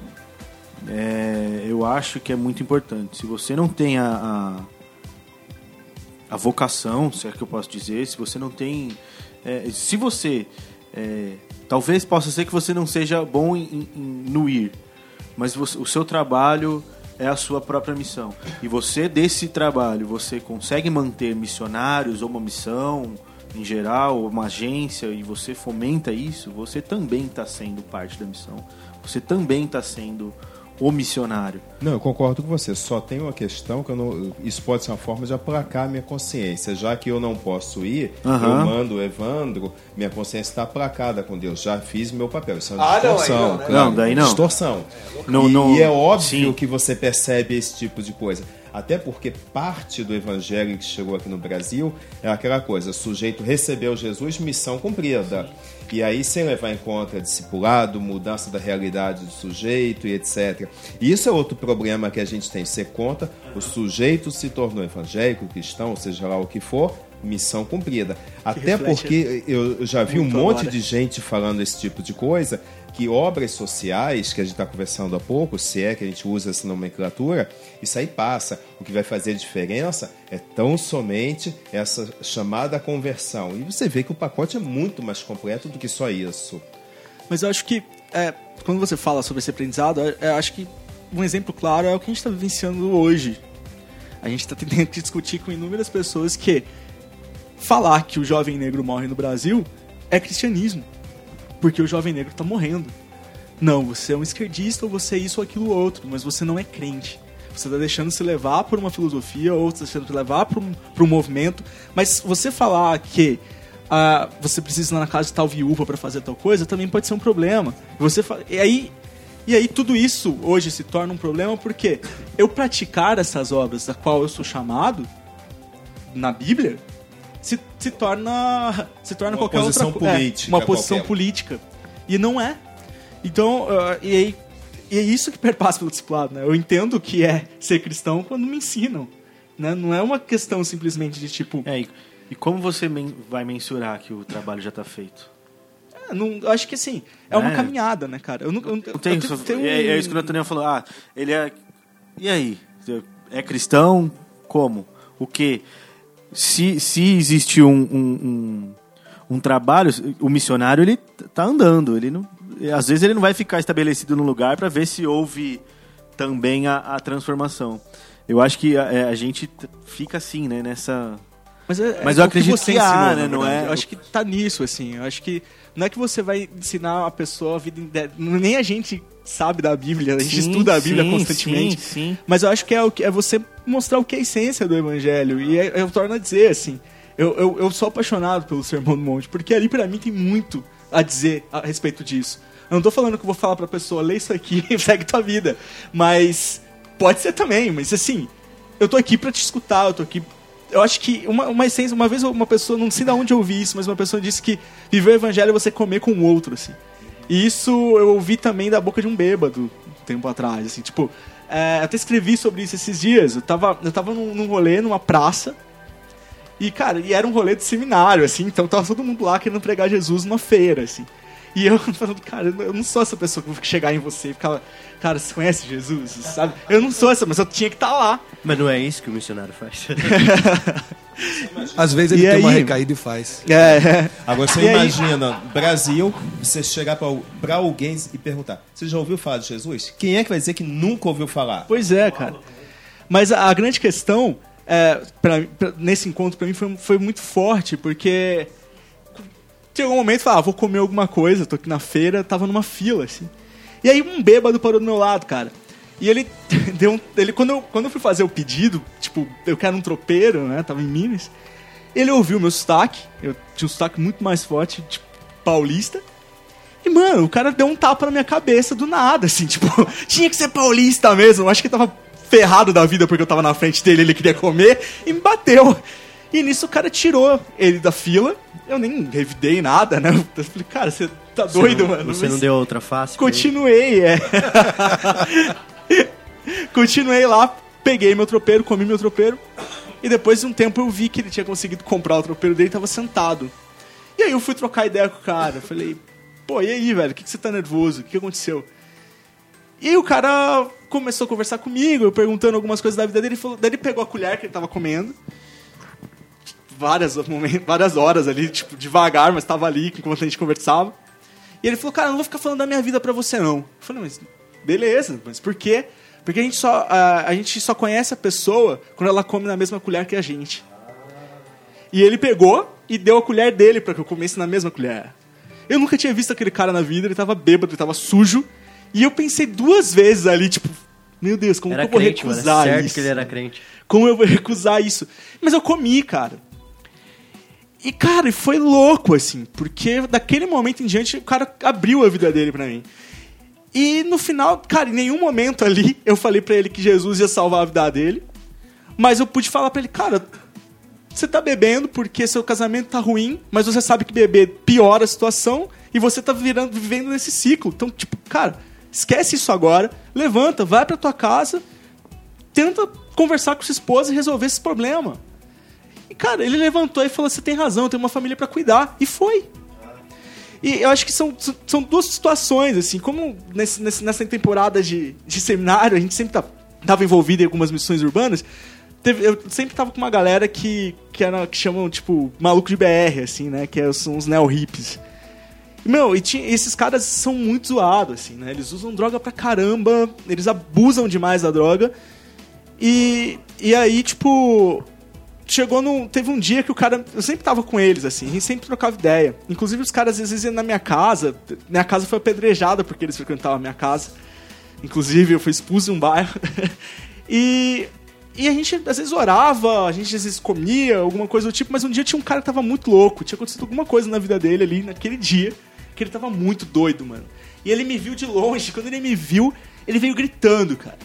é, eu acho que é muito importante. Se você não tem a, a, a vocação, se é que eu posso dizer, se você não tem... É, se você... É, talvez possa ser que você não seja bom em, em, no ir, mas você, o seu trabalho é a sua própria missão. E você, desse trabalho, você consegue manter missionários ou uma missão em geral, ou uma agência, e você fomenta isso, você também está sendo parte da missão. Você também está sendo o missionário. Não, eu concordo com você. Só tem uma questão que eu não, isso pode ser uma forma de aplacar a minha consciência. Já que eu não posso ir, uhum. eu mando o Evandro, minha consciência está aplacada com Deus. Já fiz meu papel. Isso é uma ah, distorção. Não, não, né? Claro, não, daí não. Distorção. É, não, e, não, e é óbvio sim. que você percebe esse tipo de coisa. Até porque parte do evangelho que chegou aqui no Brasil é aquela coisa, o sujeito recebeu Jesus, missão cumprida. E aí, sem levar em conta discipulado, mudança da realidade do sujeito e etcétera. E isso é outro problema que a gente tem. Você conta, o sujeito se tornou evangélico, cristão, seja lá o que for, missão cumprida. Até porque eu já vi um monte agora. de gente falando esse tipo de coisa, que obras sociais, que a gente está conversando há pouco, se é que a gente usa essa nomenclatura, isso aí passa. O que vai fazer a diferença é tão somente essa chamada conversão. E você vê que o pacote é muito mais completo do que só isso. Mas eu acho que, é, quando você fala sobre esse aprendizado, eu acho que um exemplo claro é o que a gente está vivenciando hoje. A gente está tentando discutir com inúmeras pessoas que falar que o jovem negro morre no Brasil é cristianismo. Porque o jovem negro está morrendo. Não, você é um esquerdista ou você é isso ou aquilo outro, mas você não é crente. Você está deixando se levar por uma filosofia ou está deixando se levar por um, por um movimento. Mas você falar que ah, você precisa ir na casa de tal viúva para fazer tal coisa também pode ser um problema. Você fa... e, aí, e aí tudo isso hoje se torna um problema porque eu praticar essas obras da qual eu sou chamado na Bíblia se, se torna, se torna uma qualquer outra coisa. É, uma posição qualquer. política. E não é. Então, uh, e, aí, e é isso que perpassa pelo discipulado, né? Eu entendo que é ser cristão quando me ensinam. Né? Não é uma questão simplesmente de tipo... É, e, e como você men- vai mensurar que o trabalho já está feito? É, não, eu acho que assim, é, é uma caminhada, né, cara? Eu não, eu, não tem, eu isso, tenho, é, é isso que o Nathaniel falou. Ah, ele é... E aí? É cristão? Como? O quê? Se, se existe um, um, um, um trabalho, o missionário ele tá andando, ele não, às vezes ele não vai ficar estabelecido num lugar para ver se houve também a, a transformação. Eu acho que a, a gente fica assim, né, nessa... Mas, é, Mas é eu acredito que, que há, né, não é? Eu acho que tá nisso, assim, eu acho que não é que você vai ensinar a pessoa a vida inteira, nem a gente sabe da Bíblia, a gente sim, estuda a Bíblia sim, constantemente, sim, sim. Mas eu acho que é, o que é você mostrar o que é a essência do Evangelho, e eu, eu torno a dizer, assim, eu, eu, eu sou apaixonado pelo Sermão do Monte, porque ali pra mim tem muito a dizer a respeito disso. Eu não tô falando que eu vou falar pra pessoa, lê isso aqui e segue tua vida, mas pode ser também, mas assim, eu tô aqui pra te escutar, eu tô aqui... Eu acho que uma, uma essência, uma vez uma pessoa, não sei de onde eu ouvi isso, mas uma pessoa disse que viver o Evangelho é você comer com o outro, assim. E isso eu ouvi também da boca de um bêbado, um tempo atrás, assim, tipo... É, até escrevi sobre isso esses dias. Eu tava, eu tava num, num rolê, numa praça. E, cara, e era um rolê de seminário, assim. Então tava todo mundo lá querendo pregar Jesus numa feira, assim. E eu falando, cara, eu não sou essa pessoa que vou chegar em você e ficar... Cara, você conhece Jesus, sabe? Eu não sou essa, mas eu tinha que estar lá. Mas não é isso que o missionário faz. Às vezes ele e tem aí? uma recaída e faz. É. Agora você e imagina, aí? Brasil, você chegar pra, pra alguém e perguntar: você já ouviu falar de Jesus? Quem é que vai dizer que nunca ouviu falar? Pois é, cara. Mas a, a grande questão, é, pra, pra, nesse encontro pra mim foi, foi muito forte, porque chegou um momento e falei, ah, vou comer alguma coisa, tô aqui na feira, tava numa fila, assim. E aí um bêbado parou do meu lado, cara. E ele deu um, ele quando eu, quando eu fui fazer o pedido, tipo, eu quero um tropeiro, né? Tava em Minas. Ele ouviu meu sotaque, eu tinha um sotaque muito mais forte, tipo, paulista. E, mano, o cara deu um tapa na minha cabeça do nada, assim, tipo, tinha que ser paulista mesmo. Eu acho que ele tava ferrado da vida porque eu tava na frente dele, ele queria comer, e me bateu. E nisso o cara tirou ele da fila. Eu nem revidei nada, né? Eu falei, cara, você tá doido, você não, mano? Você Mas... não deu outra face? Continuei, é. Continuei lá, peguei meu tropeiro, comi meu tropeiro. E depois de um tempo eu vi que ele tinha conseguido comprar o tropeiro dele e tava sentado. E aí eu fui trocar ideia com o cara. Eu falei, pô, e aí, velho? O que, que você tá nervoso? O que, que aconteceu? E aí o cara começou a conversar comigo, eu perguntando algumas coisas da vida dele. Ele falou, daí ele pegou a colher que ele tava comendo. Várias, várias horas ali, tipo, devagar, mas tava ali enquanto a gente conversava. E ele falou, cara, eu não vou ficar falando da minha vida pra você, não. Eu falei, mas beleza, mas por quê? Porque a gente, só, a, a gente só conhece a pessoa quando ela come na mesma colher que a gente. E ele pegou e deu a colher dele pra que eu comesse na mesma colher. Eu nunca tinha visto aquele cara na vida, ele tava bêbado, ele tava sujo. E eu pensei duas vezes ali, tipo, meu Deus, como era que eu vou crente, recusar mano, certo isso? que ele era crente. Como eu vou recusar isso? Mas eu comi, cara. E, cara, foi louco, assim, porque daquele momento em diante o cara abriu a vida dele pra mim. E no final, cara, em nenhum momento ali eu falei pra ele que Jesus ia salvar a vida dele. Mas eu pude falar pra ele, cara, você tá bebendo porque seu casamento tá ruim, mas você sabe que beber piora a situação e você tá virando, vivendo nesse ciclo. Então, tipo, cara, esquece isso agora, levanta, vai pra tua casa, tenta conversar com sua esposa e resolver esse problema. E, cara, ele levantou e falou, você tem razão, eu tenho uma família pra cuidar. E foi. E eu acho que são, são duas situações, assim, como nesse, nessa temporada de, de seminário, a gente sempre tá, tava envolvido em algumas missões urbanas, teve, eu sempre tava com uma galera que, que, era, que chamam, tipo, maluco de B R, assim, né, que são os neo-hippies. Meu, e tinha, esses caras são muito zoados, assim, né, eles usam droga pra caramba, eles abusam demais da droga, e, e aí, tipo... Chegou num... Teve um dia que o cara... Eu sempre tava com eles, assim. A gente sempre trocava ideia. Inclusive, os caras, às vezes, iam na minha casa. Minha casa foi apedrejada porque eles frequentavam a minha casa. Inclusive, eu fui expulso de um bairro. e... E a gente, às vezes, orava. A gente, às vezes, comia, alguma coisa do tipo. Mas um dia tinha um cara que tava muito louco. Tinha acontecido alguma coisa na vida dele ali, naquele dia. Que ele tava muito doido, mano. E ele me viu de longe. Quando ele me viu, ele veio gritando, cara.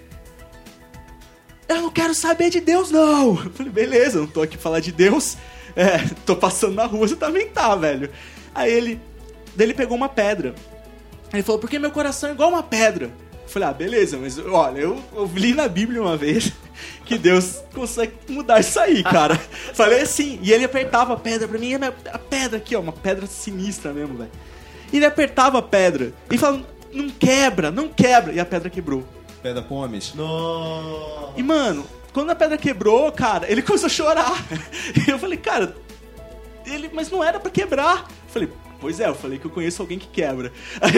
Eu não quero saber de Deus, não. Eu falei, beleza, eu não tô aqui pra falar de Deus. É, tô passando na rua, você também tá, velho. Aí ele, daí ele pegou uma pedra. Aí ele falou, porque meu coração é igual uma pedra. Eu falei, ah, beleza, mas olha, eu, eu li na Bíblia uma vez que Deus consegue mudar isso aí, cara. Falei assim, e ele apertava a pedra pra mim, a pedra aqui, ó, uma pedra sinistra mesmo, velho. E ele apertava a pedra e falava, não quebra, não quebra. E a pedra quebrou. Pedra Pomes. Nossa. E, mano, quando a pedra quebrou, cara, ele começou a chorar. E eu falei, cara, ele, mas não era pra quebrar. Eu falei, pois é, eu falei que eu conheço alguém que quebra. Aí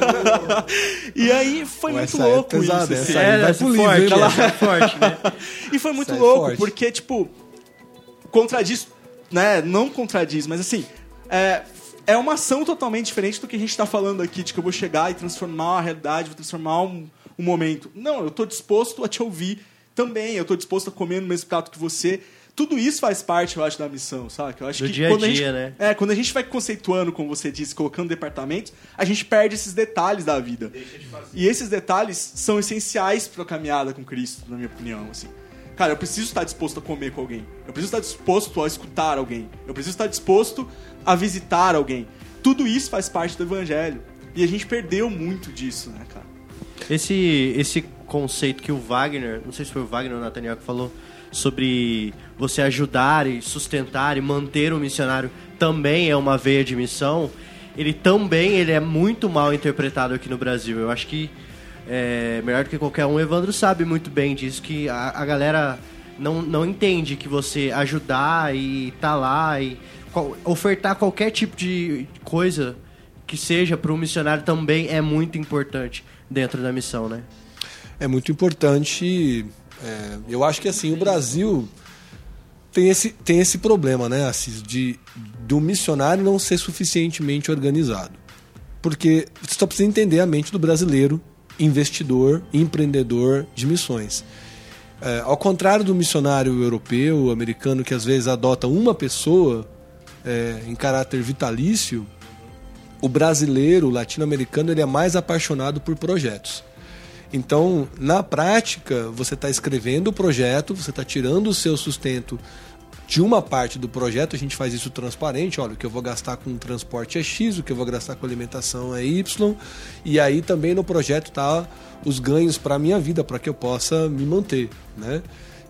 eu... E aí foi Ué, muito essa louco é pesada, isso. essa Assim. aí É, vai essa pro forte, livro, hein, essa é forte, né? E foi muito Essa é louco, forte. porque, tipo, contradiz, né? Não contradiz, mas assim, é, é uma ação totalmente diferente do que a gente tá falando aqui, de que eu vou chegar e transformar a realidade, vou transformar um, um momento. Não, eu tô disposto a te ouvir também, eu tô disposto a comer no mesmo prato que você. Tudo isso faz parte, eu acho, da missão, sabe? Eu acho Do que dia a quando a dia, gente, né? É, quando a gente vai conceituando, como você disse, colocando departamentos, a gente perde esses detalhes da vida. E esses detalhes são essenciais para a caminhada com Cristo, na minha opinião, assim. Cara, eu preciso estar disposto a comer com alguém. Eu preciso estar disposto a escutar alguém. Eu preciso estar disposto a visitar alguém. Tudo isso faz parte do evangelho. E a gente perdeu muito disso, né, cara? Esse, esse conceito que o Wagner, não sei se foi o Wagner ou o Nathaniel que falou, sobre você ajudar e sustentar e manter o missionário também é uma veia de missão, ele também ele é muito mal interpretado aqui no Brasil. Eu acho que é, melhor do que qualquer um, o Evandro sabe muito bem disso, que a, a galera não, não entende que você ajudar e tá lá e qual, ofertar qualquer tipo de coisa que seja para o missionário também é muito importante dentro da missão, né? É muito importante. É, eu acho que assim, o Brasil tem esse, tem esse problema, né, Assis, de do missionário não ser suficientemente organizado. Porque você só precisa entender a mente do brasileiro, investidor, empreendedor de missões. É, ao contrário do missionário europeu, americano, que às vezes adota uma pessoa é, em caráter vitalício, o brasileiro, o latino-americano, ele é mais apaixonado por projetos. Então, na prática, você está escrevendo o projeto, você está tirando o seu sustento de uma parte do projeto, a gente faz isso transparente, olha, o que eu vou gastar com transporte é X, o que eu vou gastar com alimentação é Y, e aí também no projeto tá os ganhos para a minha vida, para que eu possa me manter, né?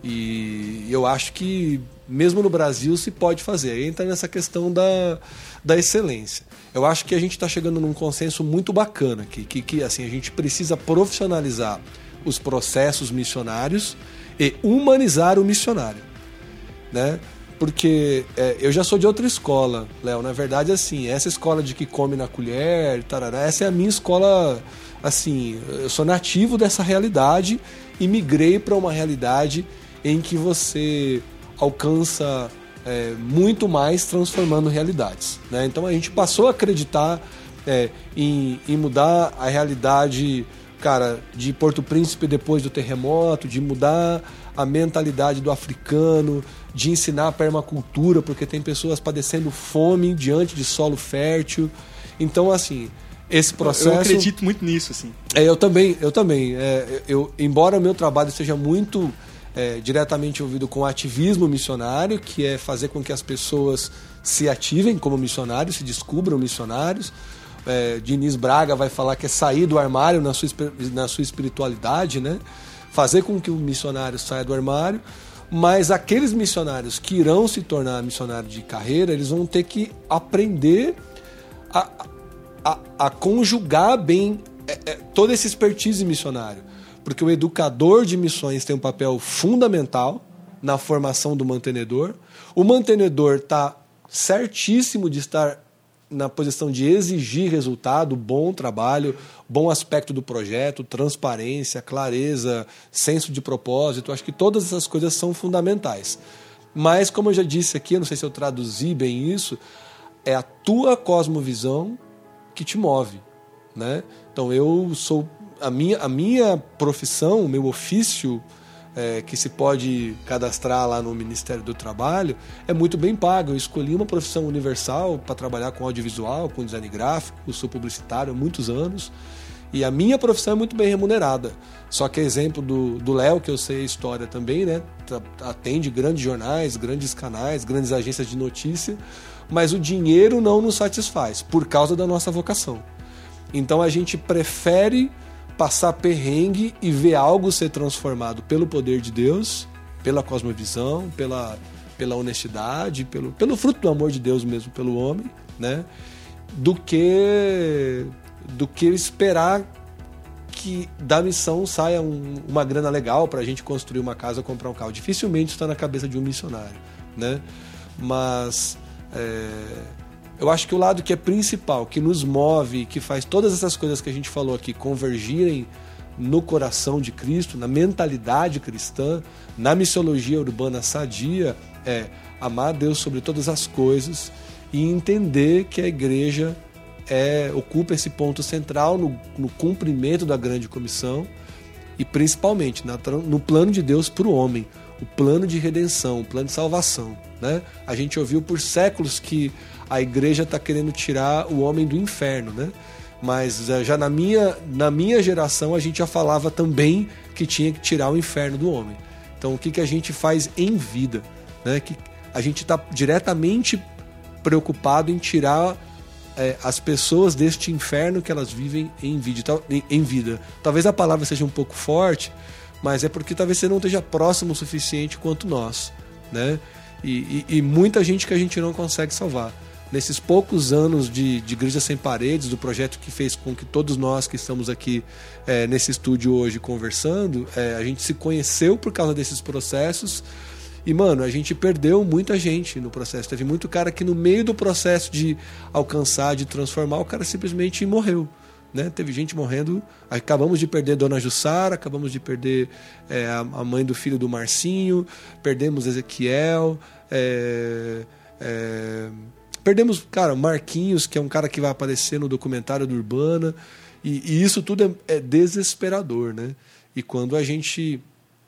E eu acho que mesmo no Brasil se pode fazer, aí entra nessa questão da, da excelência. Eu acho que a gente está chegando num consenso muito bacana aqui, que, que assim, a gente precisa profissionalizar os processos missionários e humanizar o missionário, né? Porque é, eu já sou de outra escola, Léo, na verdade, assim, essa escola de que come na colher, tarará, essa é a minha escola assim, eu sou nativo dessa realidade e migrei para uma realidade em que você alcança é, muito mais transformando realidades, né? Então a gente passou a acreditar é, em, em mudar a realidade, cara, de Porto Príncipe depois do terremoto, de mudar a mentalidade do africano, de ensinar a permacultura, porque tem pessoas padecendo fome diante de solo fértil. Então, assim, esse processo... Eu acredito muito nisso, assim. É, eu também, eu também. É, eu, embora o meu trabalho seja muito é, diretamente envolvido com o ativismo missionário, que é fazer com que as pessoas se ativem como missionários, se descubram missionários. É, Diniz Braga vai falar que é sair do armário na sua, na sua espiritualidade, né? Fazer com que o missionário saia do armário, mas aqueles missionários que irão se tornar missionários de carreira, eles vão ter que aprender a, a, a conjugar bem é, é, todo esse expertise missionário, porque o educador de missões tem um papel fundamental na formação do mantenedor. O mantenedor está certíssimo de estar na posição de exigir resultado, bom trabalho, bom aspecto do projeto, transparência, clareza, senso de propósito. Acho que todas essas coisas são fundamentais. Mas, como eu já disse aqui, eu não sei se eu traduzi bem isso, é a tua cosmovisão que te move, né? Então, eu sou... A minha, a minha profissão, o meu ofício... É, que se pode cadastrar lá no Ministério do Trabalho, é muito bem pago. Eu escolhi uma profissão universal para trabalhar com audiovisual, com design gráfico, sou publicitário há muitos anos, e a minha profissão é muito bem remunerada. Só que exemplo do Léo, que eu sei a história também, né? Atende grandes jornais, grandes canais, grandes agências de notícia, mas o dinheiro não nos satisfaz, por causa da nossa vocação. Então a gente prefere passar perrengue e ver algo ser transformado pelo poder de Deus, pela cosmovisão, pela, pela honestidade, pelo, pelo fruto do amor de Deus mesmo, pelo homem, né? Do que, do que esperar que da missão saia um, uma grana legal para a gente construir uma casa ou comprar um carro. Dificilmente está na cabeça de um missionário, né? Mas... É, eu acho que o lado que é principal, que nos move, que faz todas essas coisas que a gente falou aqui convergirem no coração de Cristo, na mentalidade cristã, na missiologia urbana sadia, é amar Deus sobre todas as coisas e entender que a igreja é, ocupa esse ponto central no, no cumprimento da grande comissão e principalmente na, no plano de Deus para o homem, o plano de redenção, o plano de salvação, né? A gente ouviu por séculos que a igreja está querendo tirar o homem do inferno, né? Mas já na minha, na minha geração a gente já falava também que tinha que tirar o inferno do homem. Então o que, que a gente faz em vida, né? Que a gente está diretamente preocupado em tirar é, as pessoas deste inferno que elas vivem em vida. em vida. Talvez a palavra seja um pouco forte, mas é porque talvez você não esteja próximo o suficiente quanto nós, né? E, e, e muita gente que a gente não consegue salvar. Nesses poucos anos de, de Igreja Sem Paredes, do projeto que fez com que todos nós que estamos aqui é, nesse estúdio hoje conversando, é, a gente se conheceu por causa desses processos e, mano, a gente perdeu muita gente no processo. Teve muito cara que no meio do processo de alcançar, de transformar, o cara simplesmente morreu, né? Teve gente morrendo. Acabamos de perder Dona Jussara, acabamos de perder é, a, a mãe do filho do Marcinho, perdemos Ezequiel, é, é, perdemos, cara, Marquinhos, que é um cara que vai aparecer no documentário do Urbana, e, e isso tudo é, é desesperador, né? E quando a gente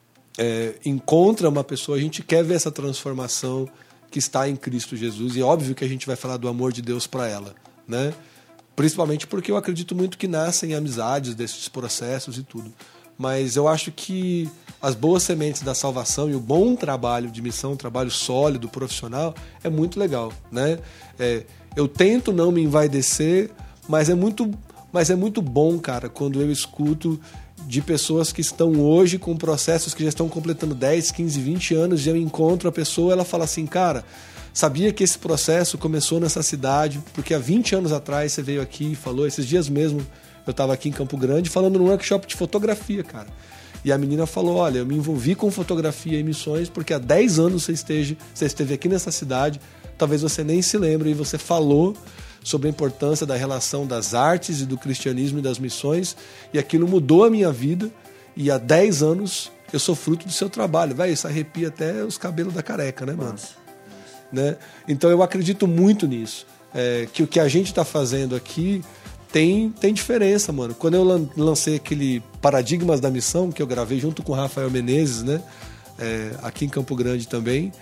é, encontra uma pessoa, a gente quer ver essa transformação que está em Cristo Jesus, e é óbvio que a gente vai falar do amor de Deus para ela, né? Principalmente porque eu acredito muito que nascem amizades desses processos e tudo. Mas eu acho que as boas sementes da salvação e o bom trabalho de missão, um trabalho sólido, profissional, é muito legal, né? É, eu tento não me envaidecer, mas é muito, mas é muito bom, cara, quando eu escuto de pessoas que estão hoje com processos que já estão completando dez, quinze, vinte anos, e eu encontro a pessoa, ela fala assim, cara, sabia que esse processo começou nessa cidade, porque há vinte anos atrás você veio aqui e falou, esses dias mesmo eu estava aqui em Campo Grande falando num workshop de fotografia, cara. E a menina falou, olha, eu me envolvi com fotografia e missões porque há dez anos você, esteja, você esteve aqui nessa cidade, talvez você nem se lembre, e você falou sobre a importância da relação das artes e do cristianismo e das missões, e aquilo mudou a minha vida, e há dez anos eu sou fruto do seu trabalho. Vai, isso arrepia até os cabelos da careca, né, mano? Nossa. Né? Então eu acredito muito nisso, é, que o que a gente está fazendo aqui tem, tem diferença, mano. Quando eu lancei aquele Paradigmas da Missão, que eu gravei junto com o Rafael Menezes, né, é, aqui em Campo Grande também,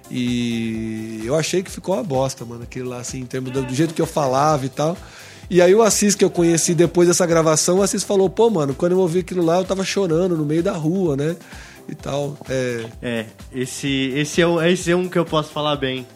e eu achei que ficou uma bosta, mano, aquele lá, assim, em termos do, do jeito que eu falava e tal. E aí o Assis, que eu conheci depois dessa gravação, o Assis falou, pô, mano, quando eu ouvi aquilo lá, eu tava chorando no meio da rua, né, e tal. É, é esse, esse, é, um, esse é um que eu posso falar bem.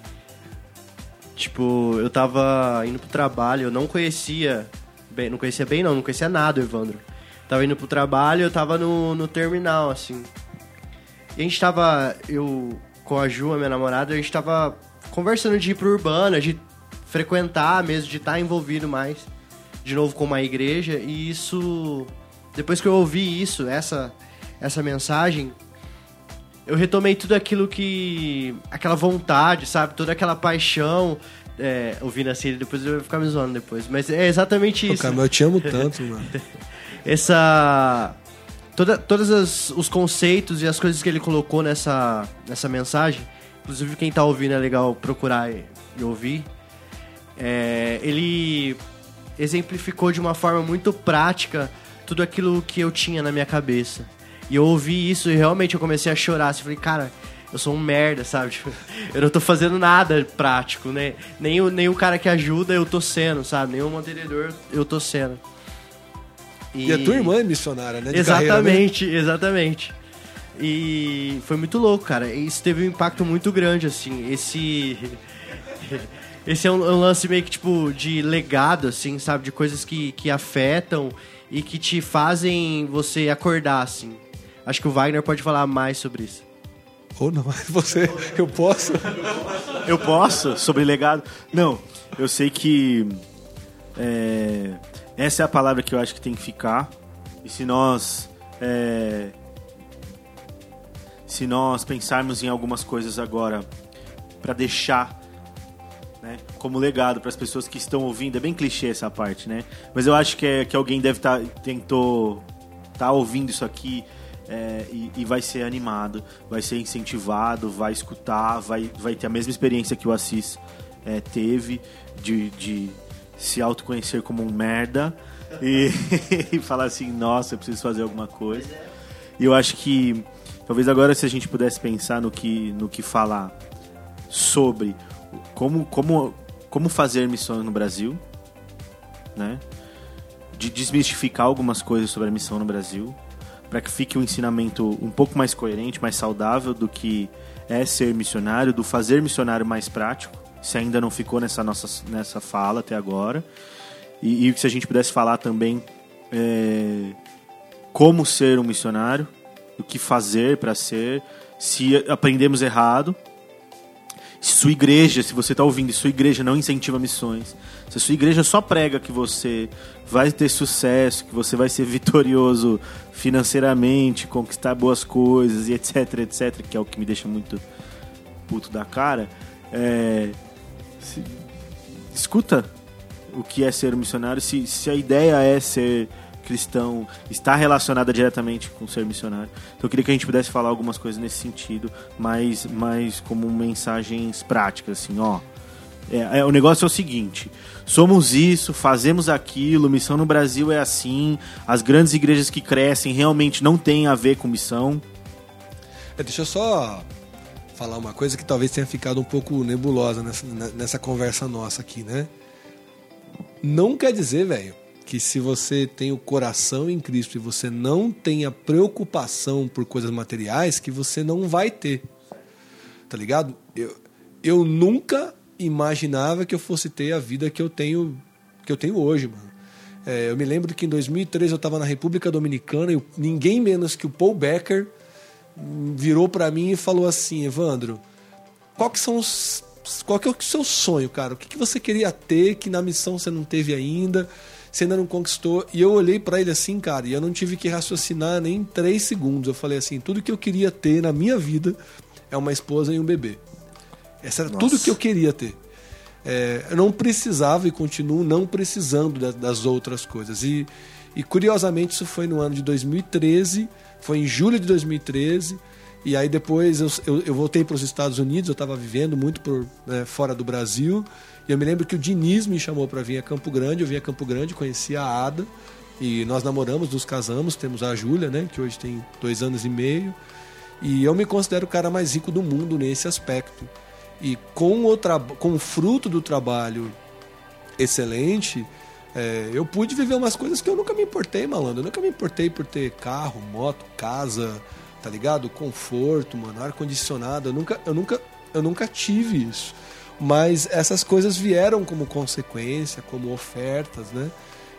Tipo, eu tava indo pro trabalho, eu não conhecia bem, não conhecia bem não, não conhecia nada o Evandro. Tava indo pro trabalho, eu tava no, no terminal, assim. E a gente tava, eu com a Ju, a minha namorada, a gente tava conversando de ir pro Urbana, de frequentar mesmo, de estar envolvido mais de novo com uma igreja. E isso, depois que eu ouvi isso, essa, essa mensagem, eu retomei tudo aquilo que, aquela vontade, sabe, toda aquela paixão, é, ouvindo assim, depois eu vou ficar me zoando depois, mas é exatamente isso. Pô, cara, eu te amo tanto, mano. Essa, toda, todos as, os conceitos e as coisas que ele colocou nessa, nessa mensagem, inclusive quem tá ouvindo é legal procurar e, e ouvir. É, ele exemplificou de uma forma muito prática tudo aquilo que eu tinha na minha cabeça. E eu ouvi isso e realmente eu comecei a chorar. Assim, falei, cara, eu sou um merda, sabe? Tipo, eu não tô fazendo nada prático, né? Nem o, nem o cara que ajuda eu tô sendo, sabe? Nem o mantenedor eu tô sendo. E, e a tua irmã é missionária, né? De exatamente, carreira, né? Exatamente. E foi muito louco, cara. Isso teve um impacto muito grande, assim. Esse... Esse é um, um lance meio que, tipo, de legado, assim, sabe? De coisas que, que afetam e que te fazem você acordar, assim. Acho que o Wagner pode falar mais sobre isso. Ou não, você... Eu posso? Eu posso? Sobre legado? Não, eu sei que... É, essa é a palavra que eu acho que tem que ficar. E se nós... É, se nós pensarmos em algumas coisas agora para deixar... Né, como legado para as pessoas que estão ouvindo, é bem clichê essa parte, né? Mas eu acho que, é, que alguém deve estar tá, tentou tá ouvindo isso aqui é, e, e vai ser animado, vai ser incentivado, vai escutar, vai, vai ter a mesma experiência que o Assis é, teve de, de se autoconhecer como um merda e, e falar assim, nossa, eu preciso fazer alguma coisa. E eu acho que talvez agora, se a gente pudesse pensar no que, no que falar sobre Como, como, como fazer missões no Brasil, né? De desmistificar algumas coisas sobre a missão no Brasil, para que fique um ensinamento um pouco mais coerente, mais saudável do que é ser missionário, do fazer missionário mais prático, se ainda não ficou nessa nossa nessa fala até agora. E, e se a gente pudesse falar também é, como ser um missionário, o que fazer para ser, se aprendemos errado. Se sua igreja, se você está ouvindo, se sua igreja não incentiva missões, se a sua igreja só prega que você vai ter sucesso, que você vai ser vitorioso financeiramente, conquistar boas coisas e etc, etc, que é o que me deixa muito puto da cara, é, se, escuta o que é ser um missionário, se, se a ideia é ser cristão, está relacionada diretamente com ser missionário. Então eu queria que a gente pudesse falar algumas coisas nesse sentido, mas, mas como mensagens práticas, assim, ó. É, é, o negócio é o seguinte, somos isso, fazemos aquilo, missão no Brasil é assim, as grandes igrejas que crescem realmente não têm a ver com missão. É, deixa eu só falar uma coisa que talvez tenha ficado um pouco nebulosa nessa, nessa conversa nossa aqui, né? Não quer dizer, velho, que se você tem o coração em Cristo e você não tem a preocupação por coisas materiais, que você não vai ter. Tá ligado? Eu, eu nunca imaginava que eu fosse ter a vida que eu tenho, que eu tenho hoje, mano. É, eu me lembro que em dois mil e três eu estava na República Dominicana e ninguém menos que o Paul Becker virou para mim e falou assim, Evandro, qual que são os, qual que é o seu sonho, cara? O que, que você queria ter que na missão você não teve ainda? Você ainda não conquistou. E eu olhei pra ele assim, cara, e eu não tive que raciocinar nem três segundos. Eu falei assim, tudo que eu queria ter na minha vida é uma esposa e um bebê. Essa era Nossa. Tudo que eu queria ter. é, eu não precisava e continuo não precisando das, das outras coisas. E, e curiosamente isso foi no ano de dois mil e treze, foi em julho de dois mil e treze, e aí depois eu, eu, eu voltei para os Estados Unidos, eu estava vivendo muito por, né, fora do Brasil, e eu me lembro que o Diniz me chamou para vir a Campo Grande, eu vim a Campo Grande, conheci a Ada, e nós namoramos, nos casamos, temos a Júlia, né, que hoje tem dois anos e meio, e eu me considero o cara mais rico do mundo nesse aspecto. E com o, tra- com o fruto do trabalho excelente, é, eu pude viver umas coisas que eu nunca me importei, malandro. Eu nunca me importei por ter carro, moto, casa, tá ligado? Conforto, mano, ar-condicionado. Eu nunca, eu, nunca, eu nunca tive isso. Mas essas coisas vieram como consequência, como ofertas, né?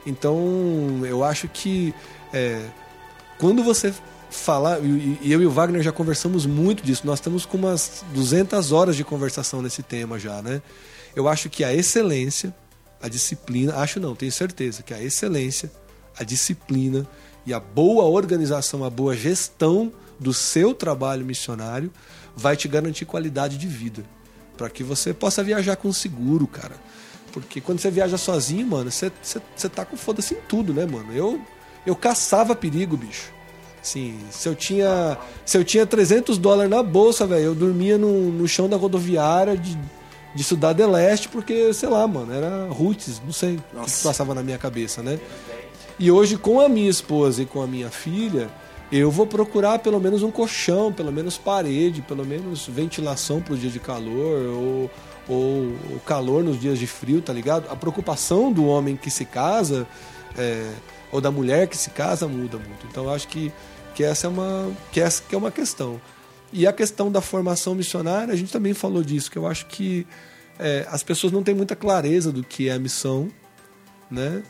Então, eu acho que é, quando você falar, e eu e o Wagner já conversamos muito disso, nós estamos com umas duzentas horas de conversação nesse tema já, né? Eu acho que a excelência, a disciplina, acho não, tenho certeza que a excelência, a disciplina e a boa organização, a boa gestão do seu trabalho missionário vai te garantir qualidade de vida, para que você possa viajar com seguro, cara. Porque quando você viaja sozinho, mano, você, você, você tá com foda-se em tudo, né, mano? Eu, eu caçava perigo, bicho. Assim, se eu tinha, se eu tinha trezentos dólares na bolsa, velho, eu dormia no, no chão da rodoviária de, de Cidade del Leste, porque, sei lá, mano, era roots, não sei o que, que passava na minha cabeça, né? E hoje, com a minha esposa e com a minha filha, eu vou procurar pelo menos um colchão, pelo menos parede, pelo menos ventilação para o dia de calor, ou, ou o calor nos dias de frio, tá ligado? A preocupação do homem que se casa, é, ou da mulher que se casa, muda muito. Então, eu acho que que essa é uma que essa que é uma questão. E a questão da formação missionária, a gente também falou disso, que eu acho que é, as pessoas não têm muita clareza do que é a missão, né?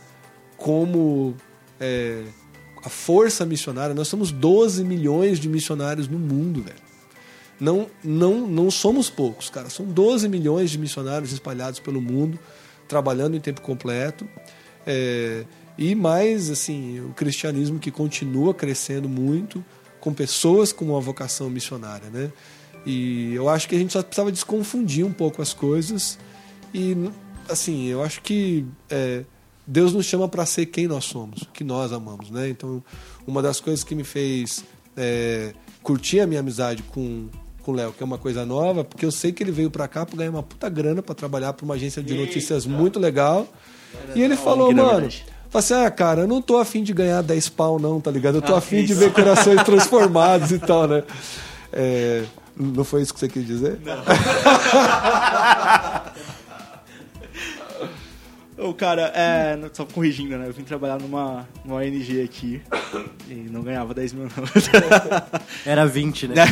Como é, a força missionária. Nós somos doze milhões de missionários no mundo, velho. Não, não, não somos poucos, cara. São doze milhões de missionários espalhados pelo mundo, trabalhando em tempo completo. É, E mais, assim, o cristianismo que continua crescendo muito, com pessoas com uma vocação missionária, né? E eu acho que a gente só precisava desconfundir um pouco as coisas. E, assim, eu acho que é, Deus nos chama para ser quem nós somos, que nós amamos, né? Então, uma das coisas que me fez é, curtir a minha amizade com com o Léo, que é uma coisa nova, porque eu sei que ele veio para cá para ganhar uma puta grana para trabalhar para uma agência de notícias muito legal. E ele falou, mano... Falei assim, ah, cara, eu não tô afim de ganhar dez pau não, tá ligado? Eu tô ah, afim de ver corações transformados e tal, né? É, não foi isso que você quis dizer? Não. Ô, cara, é, só corrigindo, né? Eu vim trabalhar numa, numa O N G aqui e não ganhava dez mil não. Era vinte, né?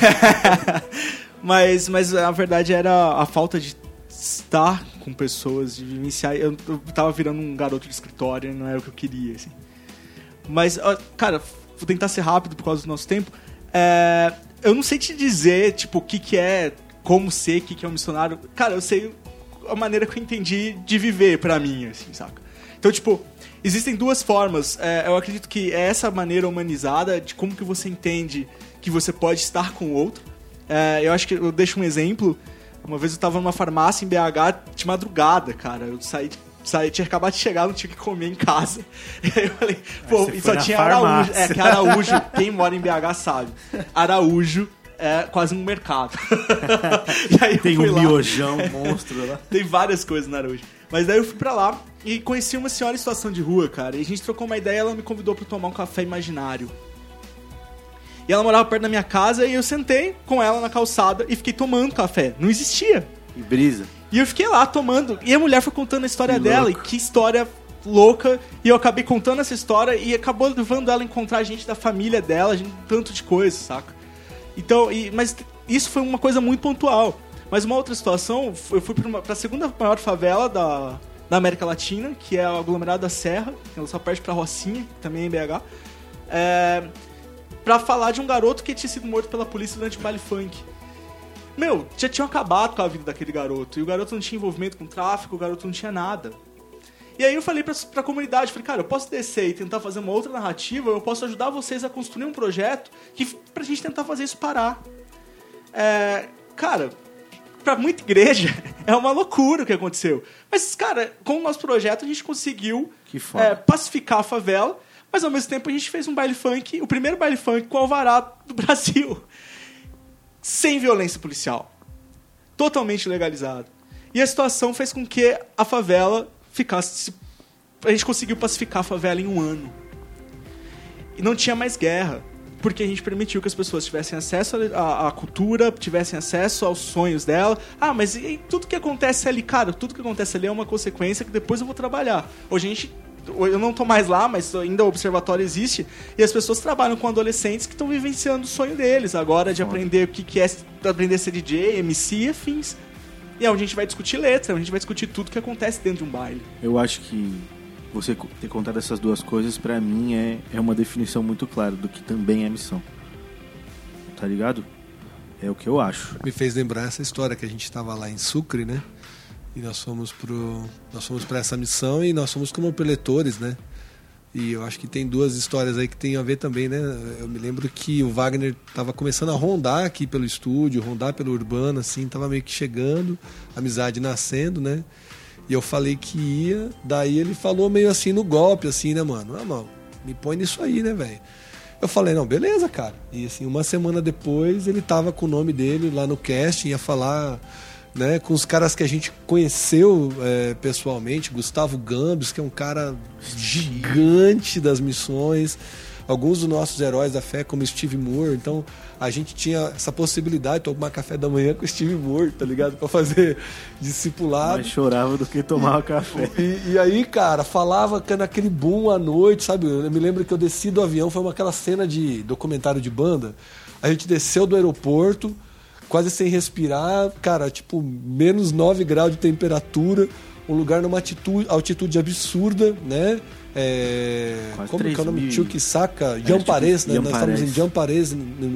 mas, mas a verdade era a falta de estar com pessoas, de vivenciar. Eu, eu tava virando um garoto de escritório, não era o que eu queria, assim. Mas, cara, vou tentar ser rápido por causa do nosso tempo. É, eu não sei te dizer, tipo, o que que é, como ser, o que que é um missionário. Cara, eu sei a maneira que eu entendi de viver pra mim, assim, saca? Então, tipo, existem duas formas. É, eu acredito que é essa maneira humanizada de como que você entende que você pode estar com o outro. É, eu acho que eu deixo um exemplo. Uma vez eu tava numa farmácia em B H de madrugada, cara. Eu saí, saí tinha acabado de chegar, não tinha que comer em casa. E aí eu falei, pô, e só tinha Araújo. É, que Araújo, quem mora em B H sabe. Araújo é quase um mercado. E aí tem um lá. Miojão, monstro lá. Tem várias coisas na Araújo. Mas daí eu fui pra lá e conheci uma senhora em situação de rua, cara. E a gente trocou uma ideia e ela me convidou pra tomar um café imaginário. E ela morava perto da minha casa e eu sentei com ela na calçada e fiquei tomando café. Não existia. E brisa. E eu fiquei lá tomando. E a mulher foi contando a história que dela. Louco. E que história louca. E eu acabei contando essa história e acabou levando ela a encontrar gente da família dela, gente, tanto de coisa, saca? Então, e, mas isso foi uma coisa muito pontual. Mas uma outra situação, eu fui para a segunda maior favela da, da América Latina, que é o aglomerado da Serra, que ela só perde pra Rocinha, que também é em B H. É... Pra falar de um garoto que tinha sido morto pela polícia durante o baile funk. Meu, já tinham acabado com a vida daquele garoto. E o garoto não tinha envolvimento com tráfico, o garoto não tinha nada. E aí eu falei pra, pra comunidade, falei, cara, eu posso descer e tentar fazer uma outra narrativa, eu posso ajudar vocês a construir um projeto que, pra gente tentar fazer isso parar. É, cara, pra muita igreja, É uma loucura o que aconteceu. Mas, cara, com o nosso projeto a gente conseguiu Que foda. é, pacificar a favela, mas ao mesmo tempo a gente fez um baile funk, o primeiro baile funk com alvará do Brasil. Sem violência policial. Totalmente legalizado. E a situação fez com que a favela ficasse... A gente conseguiu pacificar a favela em um ano. E não tinha mais guerra. Porque a gente permitiu que as pessoas tivessem acesso à, à cultura, tivessem acesso aos sonhos dela. Ah, mas e, e tudo que acontece ali? Cara, tudo que acontece ali é uma consequência que depois eu vou trabalhar. Hoje a gente... Eu não tô mais lá, mas ainda o observatório existe. E as pessoas trabalham com adolescentes que estão vivenciando o sonho deles agora de aprender o que, que é aprender a ser D J, M C e afins. E é onde a gente vai discutir letra, a gente vai discutir tudo que acontece dentro de um baile. Eu acho que você ter contado essas duas coisas, pra mim, é, é uma definição muito clara do que também é missão. Tá ligado? É o que eu acho. Me fez lembrar essa história que a gente estava lá em Sucre, né? E nós fomos pro, nós fomos para essa missão e nós fomos como preletores, né? E eu acho que tem duas histórias aí que tem a ver também, né? Eu me lembro que o Wagner estava começando a rondar aqui pelo estúdio, rondar pelo urbano, assim, tava meio que chegando, amizade nascendo, né? E eu falei que ia, daí ele falou meio assim no golpe, assim, né, mano? Ah, mano, me põe nisso aí, né, velho? Eu falei, não, beleza, cara. E assim, uma semana depois ele tava com o nome dele lá no casting, ia falar, né, com os caras que a gente conheceu é, pessoalmente, Gustavo Gambis, que é um cara gigante das missões, alguns dos nossos heróis da fé, como Steve Moore. Então a gente tinha essa possibilidade de tomar café da manhã com o Steve Moore, tá ligado? Pra fazer discipulado. Mais chorava do que tomava café. E, e aí, cara, falava naquele boom à noite, sabe? Eu me lembro que eu desci do avião, foi uma, aquela cena de documentário de banda. A gente desceu do aeroporto, quase sem respirar, cara, tipo, menos nove graus de temperatura, um lugar numa altitude, altitude absurda, né? É, como que é o nome? Chuquisaca, Jampares, né? Nós estamos em Jampares,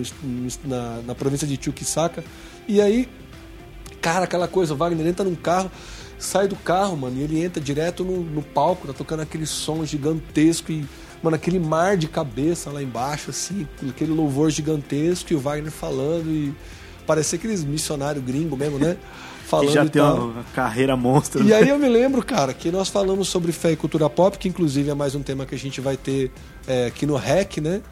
na, na província de Chuquisaca. E aí, cara, aquela coisa, o Wagner entra num carro, sai do carro, mano, e ele entra direto no, no palco, tá tocando aquele som gigantesco e, mano, aquele mar de cabeça lá embaixo, assim, aquele louvor gigantesco e o Wagner falando e parecia aqueles missionários gringos mesmo, né? Falando que já e tem tal. uma carreira monstra. E aí eu me lembro, cara, que nós falamos sobre fé e cultura pop, que inclusive é mais um tema que a gente vai ter é, aqui no R E C, né?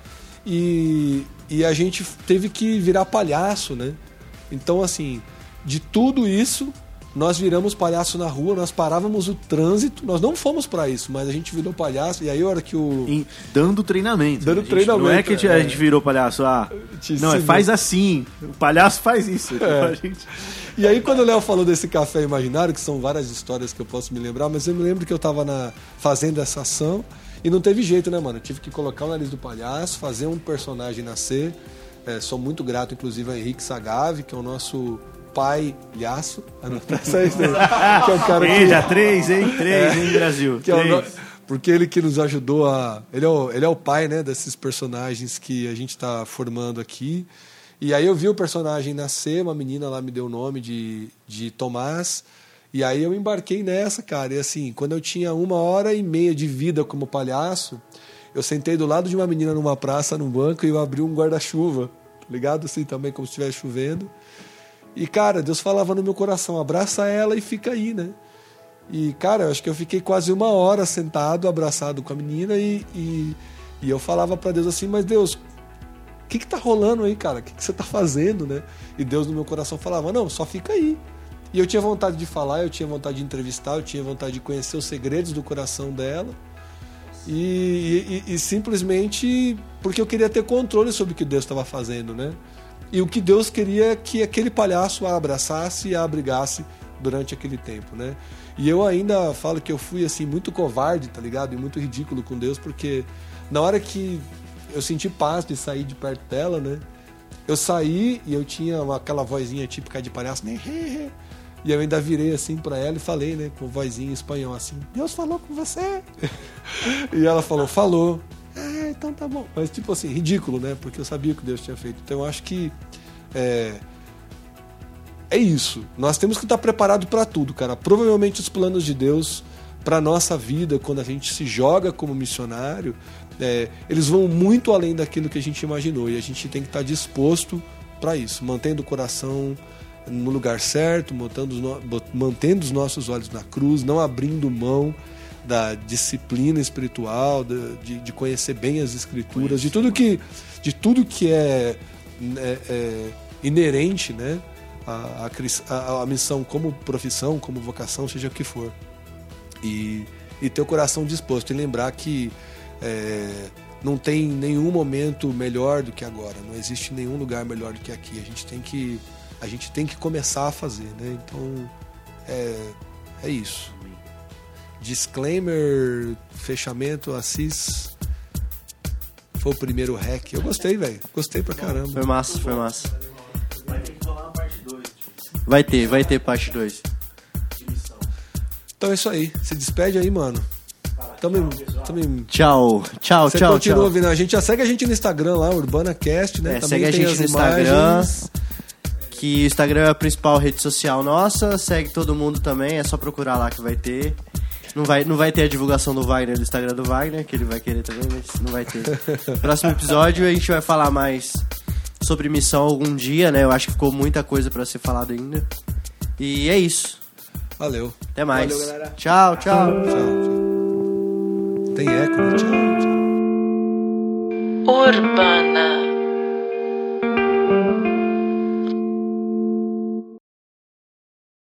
E, e a gente teve que virar palhaço, né? Então, assim, de tudo isso, nós viramos palhaço na rua, nós parávamos o trânsito, nós não fomos pra isso, mas a gente virou palhaço, e aí a hora que o... Em, dando treinamento. Dando gente, treinamento. Não é que a gente, é. a gente virou palhaço, ah, não, é faz assim, o palhaço faz isso. É. A gente... E aí quando o Léo falou desse café imaginário, que são várias histórias que eu posso me lembrar, mas eu me lembro que eu tava na, fazendo essa ação, e não teve jeito, né, mano? Eu tive que colocar o nariz do palhaço, fazer um personagem nascer, é, sou muito grato, inclusive, a Henrique Sagave, que é o nosso... pai Lhaço, que é o cara que... já três, hein? Três, hein, Brasil? Que é o... Porque ele que nos ajudou a... Ele é o, ele é o pai, né, desses personagens que a gente está formando aqui. E aí eu vi o personagem nascer, uma menina lá me deu o nome de, de Tomás, e aí eu embarquei nessa, cara. E assim, quando eu tinha uma hora e meia de vida como palhaço, eu sentei do lado de uma menina numa praça, num banco, e eu abri um guarda-chuva, ligado? Assim, também como se estivesse chovendo. E, cara, Deus falava no meu coração, abraça ela e fica aí, né? E, cara, eu acho que eu fiquei quase uma hora sentado, abraçado com a menina e, e, e eu falava pra Deus assim, mas Deus, o que que tá rolando aí, cara? O que que você tá fazendo, né? E Deus no meu coração falava, não, só fica aí. E eu tinha vontade de falar, eu tinha vontade de entrevistar, eu tinha vontade de conhecer os segredos do coração dela. E, e, e simplesmente porque eu queria ter controle sobre o que Deus estava fazendo, né? E o que Deus queria que aquele palhaço a abraçasse e a abrigasse durante aquele tempo, né? E eu ainda falo que eu fui, assim, muito covarde, tá ligado? E muito ridículo com Deus, porque na hora que eu senti paz de sair de perto dela, né? Eu saí e eu tinha uma, aquela vozinha típica de palhaço, né? E eu ainda virei assim pra ela e falei, né? Com vozinha em espanhol, assim, Deus falou com você? E ela falou, falou. Ah, então tá bom. Mas tipo assim, ridículo, né? Porque eu sabia o que Deus tinha feito. Então eu acho que é, é isso. Nós temos que estar preparados para tudo, cara. Provavelmente os planos de Deus para nossa vida, quando a gente se joga como missionário, é, eles vão muito além daquilo que a gente imaginou. E a gente tem que estar disposto para isso, mantendo o coração no lugar certo, mantendo os, no... mantendo os nossos olhos na cruz, não abrindo mão da disciplina espiritual, de, de conhecer bem as escrituras, de tudo que, de tudo que é, é, é inerente, né, à, à, à missão como profissão, como vocação, seja o que for. E, e ter o coração disposto e lembrar que é, não tem nenhum momento melhor do que agora, não existe nenhum lugar melhor do que aqui. A gente tem que, a gente tem que começar a fazer, né? Então é, é isso. Disclaimer, fechamento, Assis. Foi o primeiro hack. Eu gostei, velho. Gostei pra caramba. Foi massa, foi massa. Vai ter que rolar uma parte dois. Vai ter, vai ter parte dois. Então é isso aí. Se despede aí, mano. Tamo, tamo... Tchau, tchau, Você tchau, continua tchau. ouvindo a gente. Já segue a gente no Instagram lá, UrbanaCast, né? É, Também segue a tem gente as no imagens. Instagram. Que o Instagram é a principal rede social nossa. Segue todo mundo também. É só procurar lá que vai ter. Não vai, não vai ter a divulgação do Wagner, do Instagram do Wagner, que ele vai querer também, mas não vai ter. Próximo episódio a gente vai falar mais sobre missão algum dia, né? Eu acho que ficou muita coisa pra ser falado ainda. E é isso. Valeu. Até mais. Valeu, galera. Tchau, tchau. Tchau, tchau. Tem eco, né? Tchau, tchau. Urbana.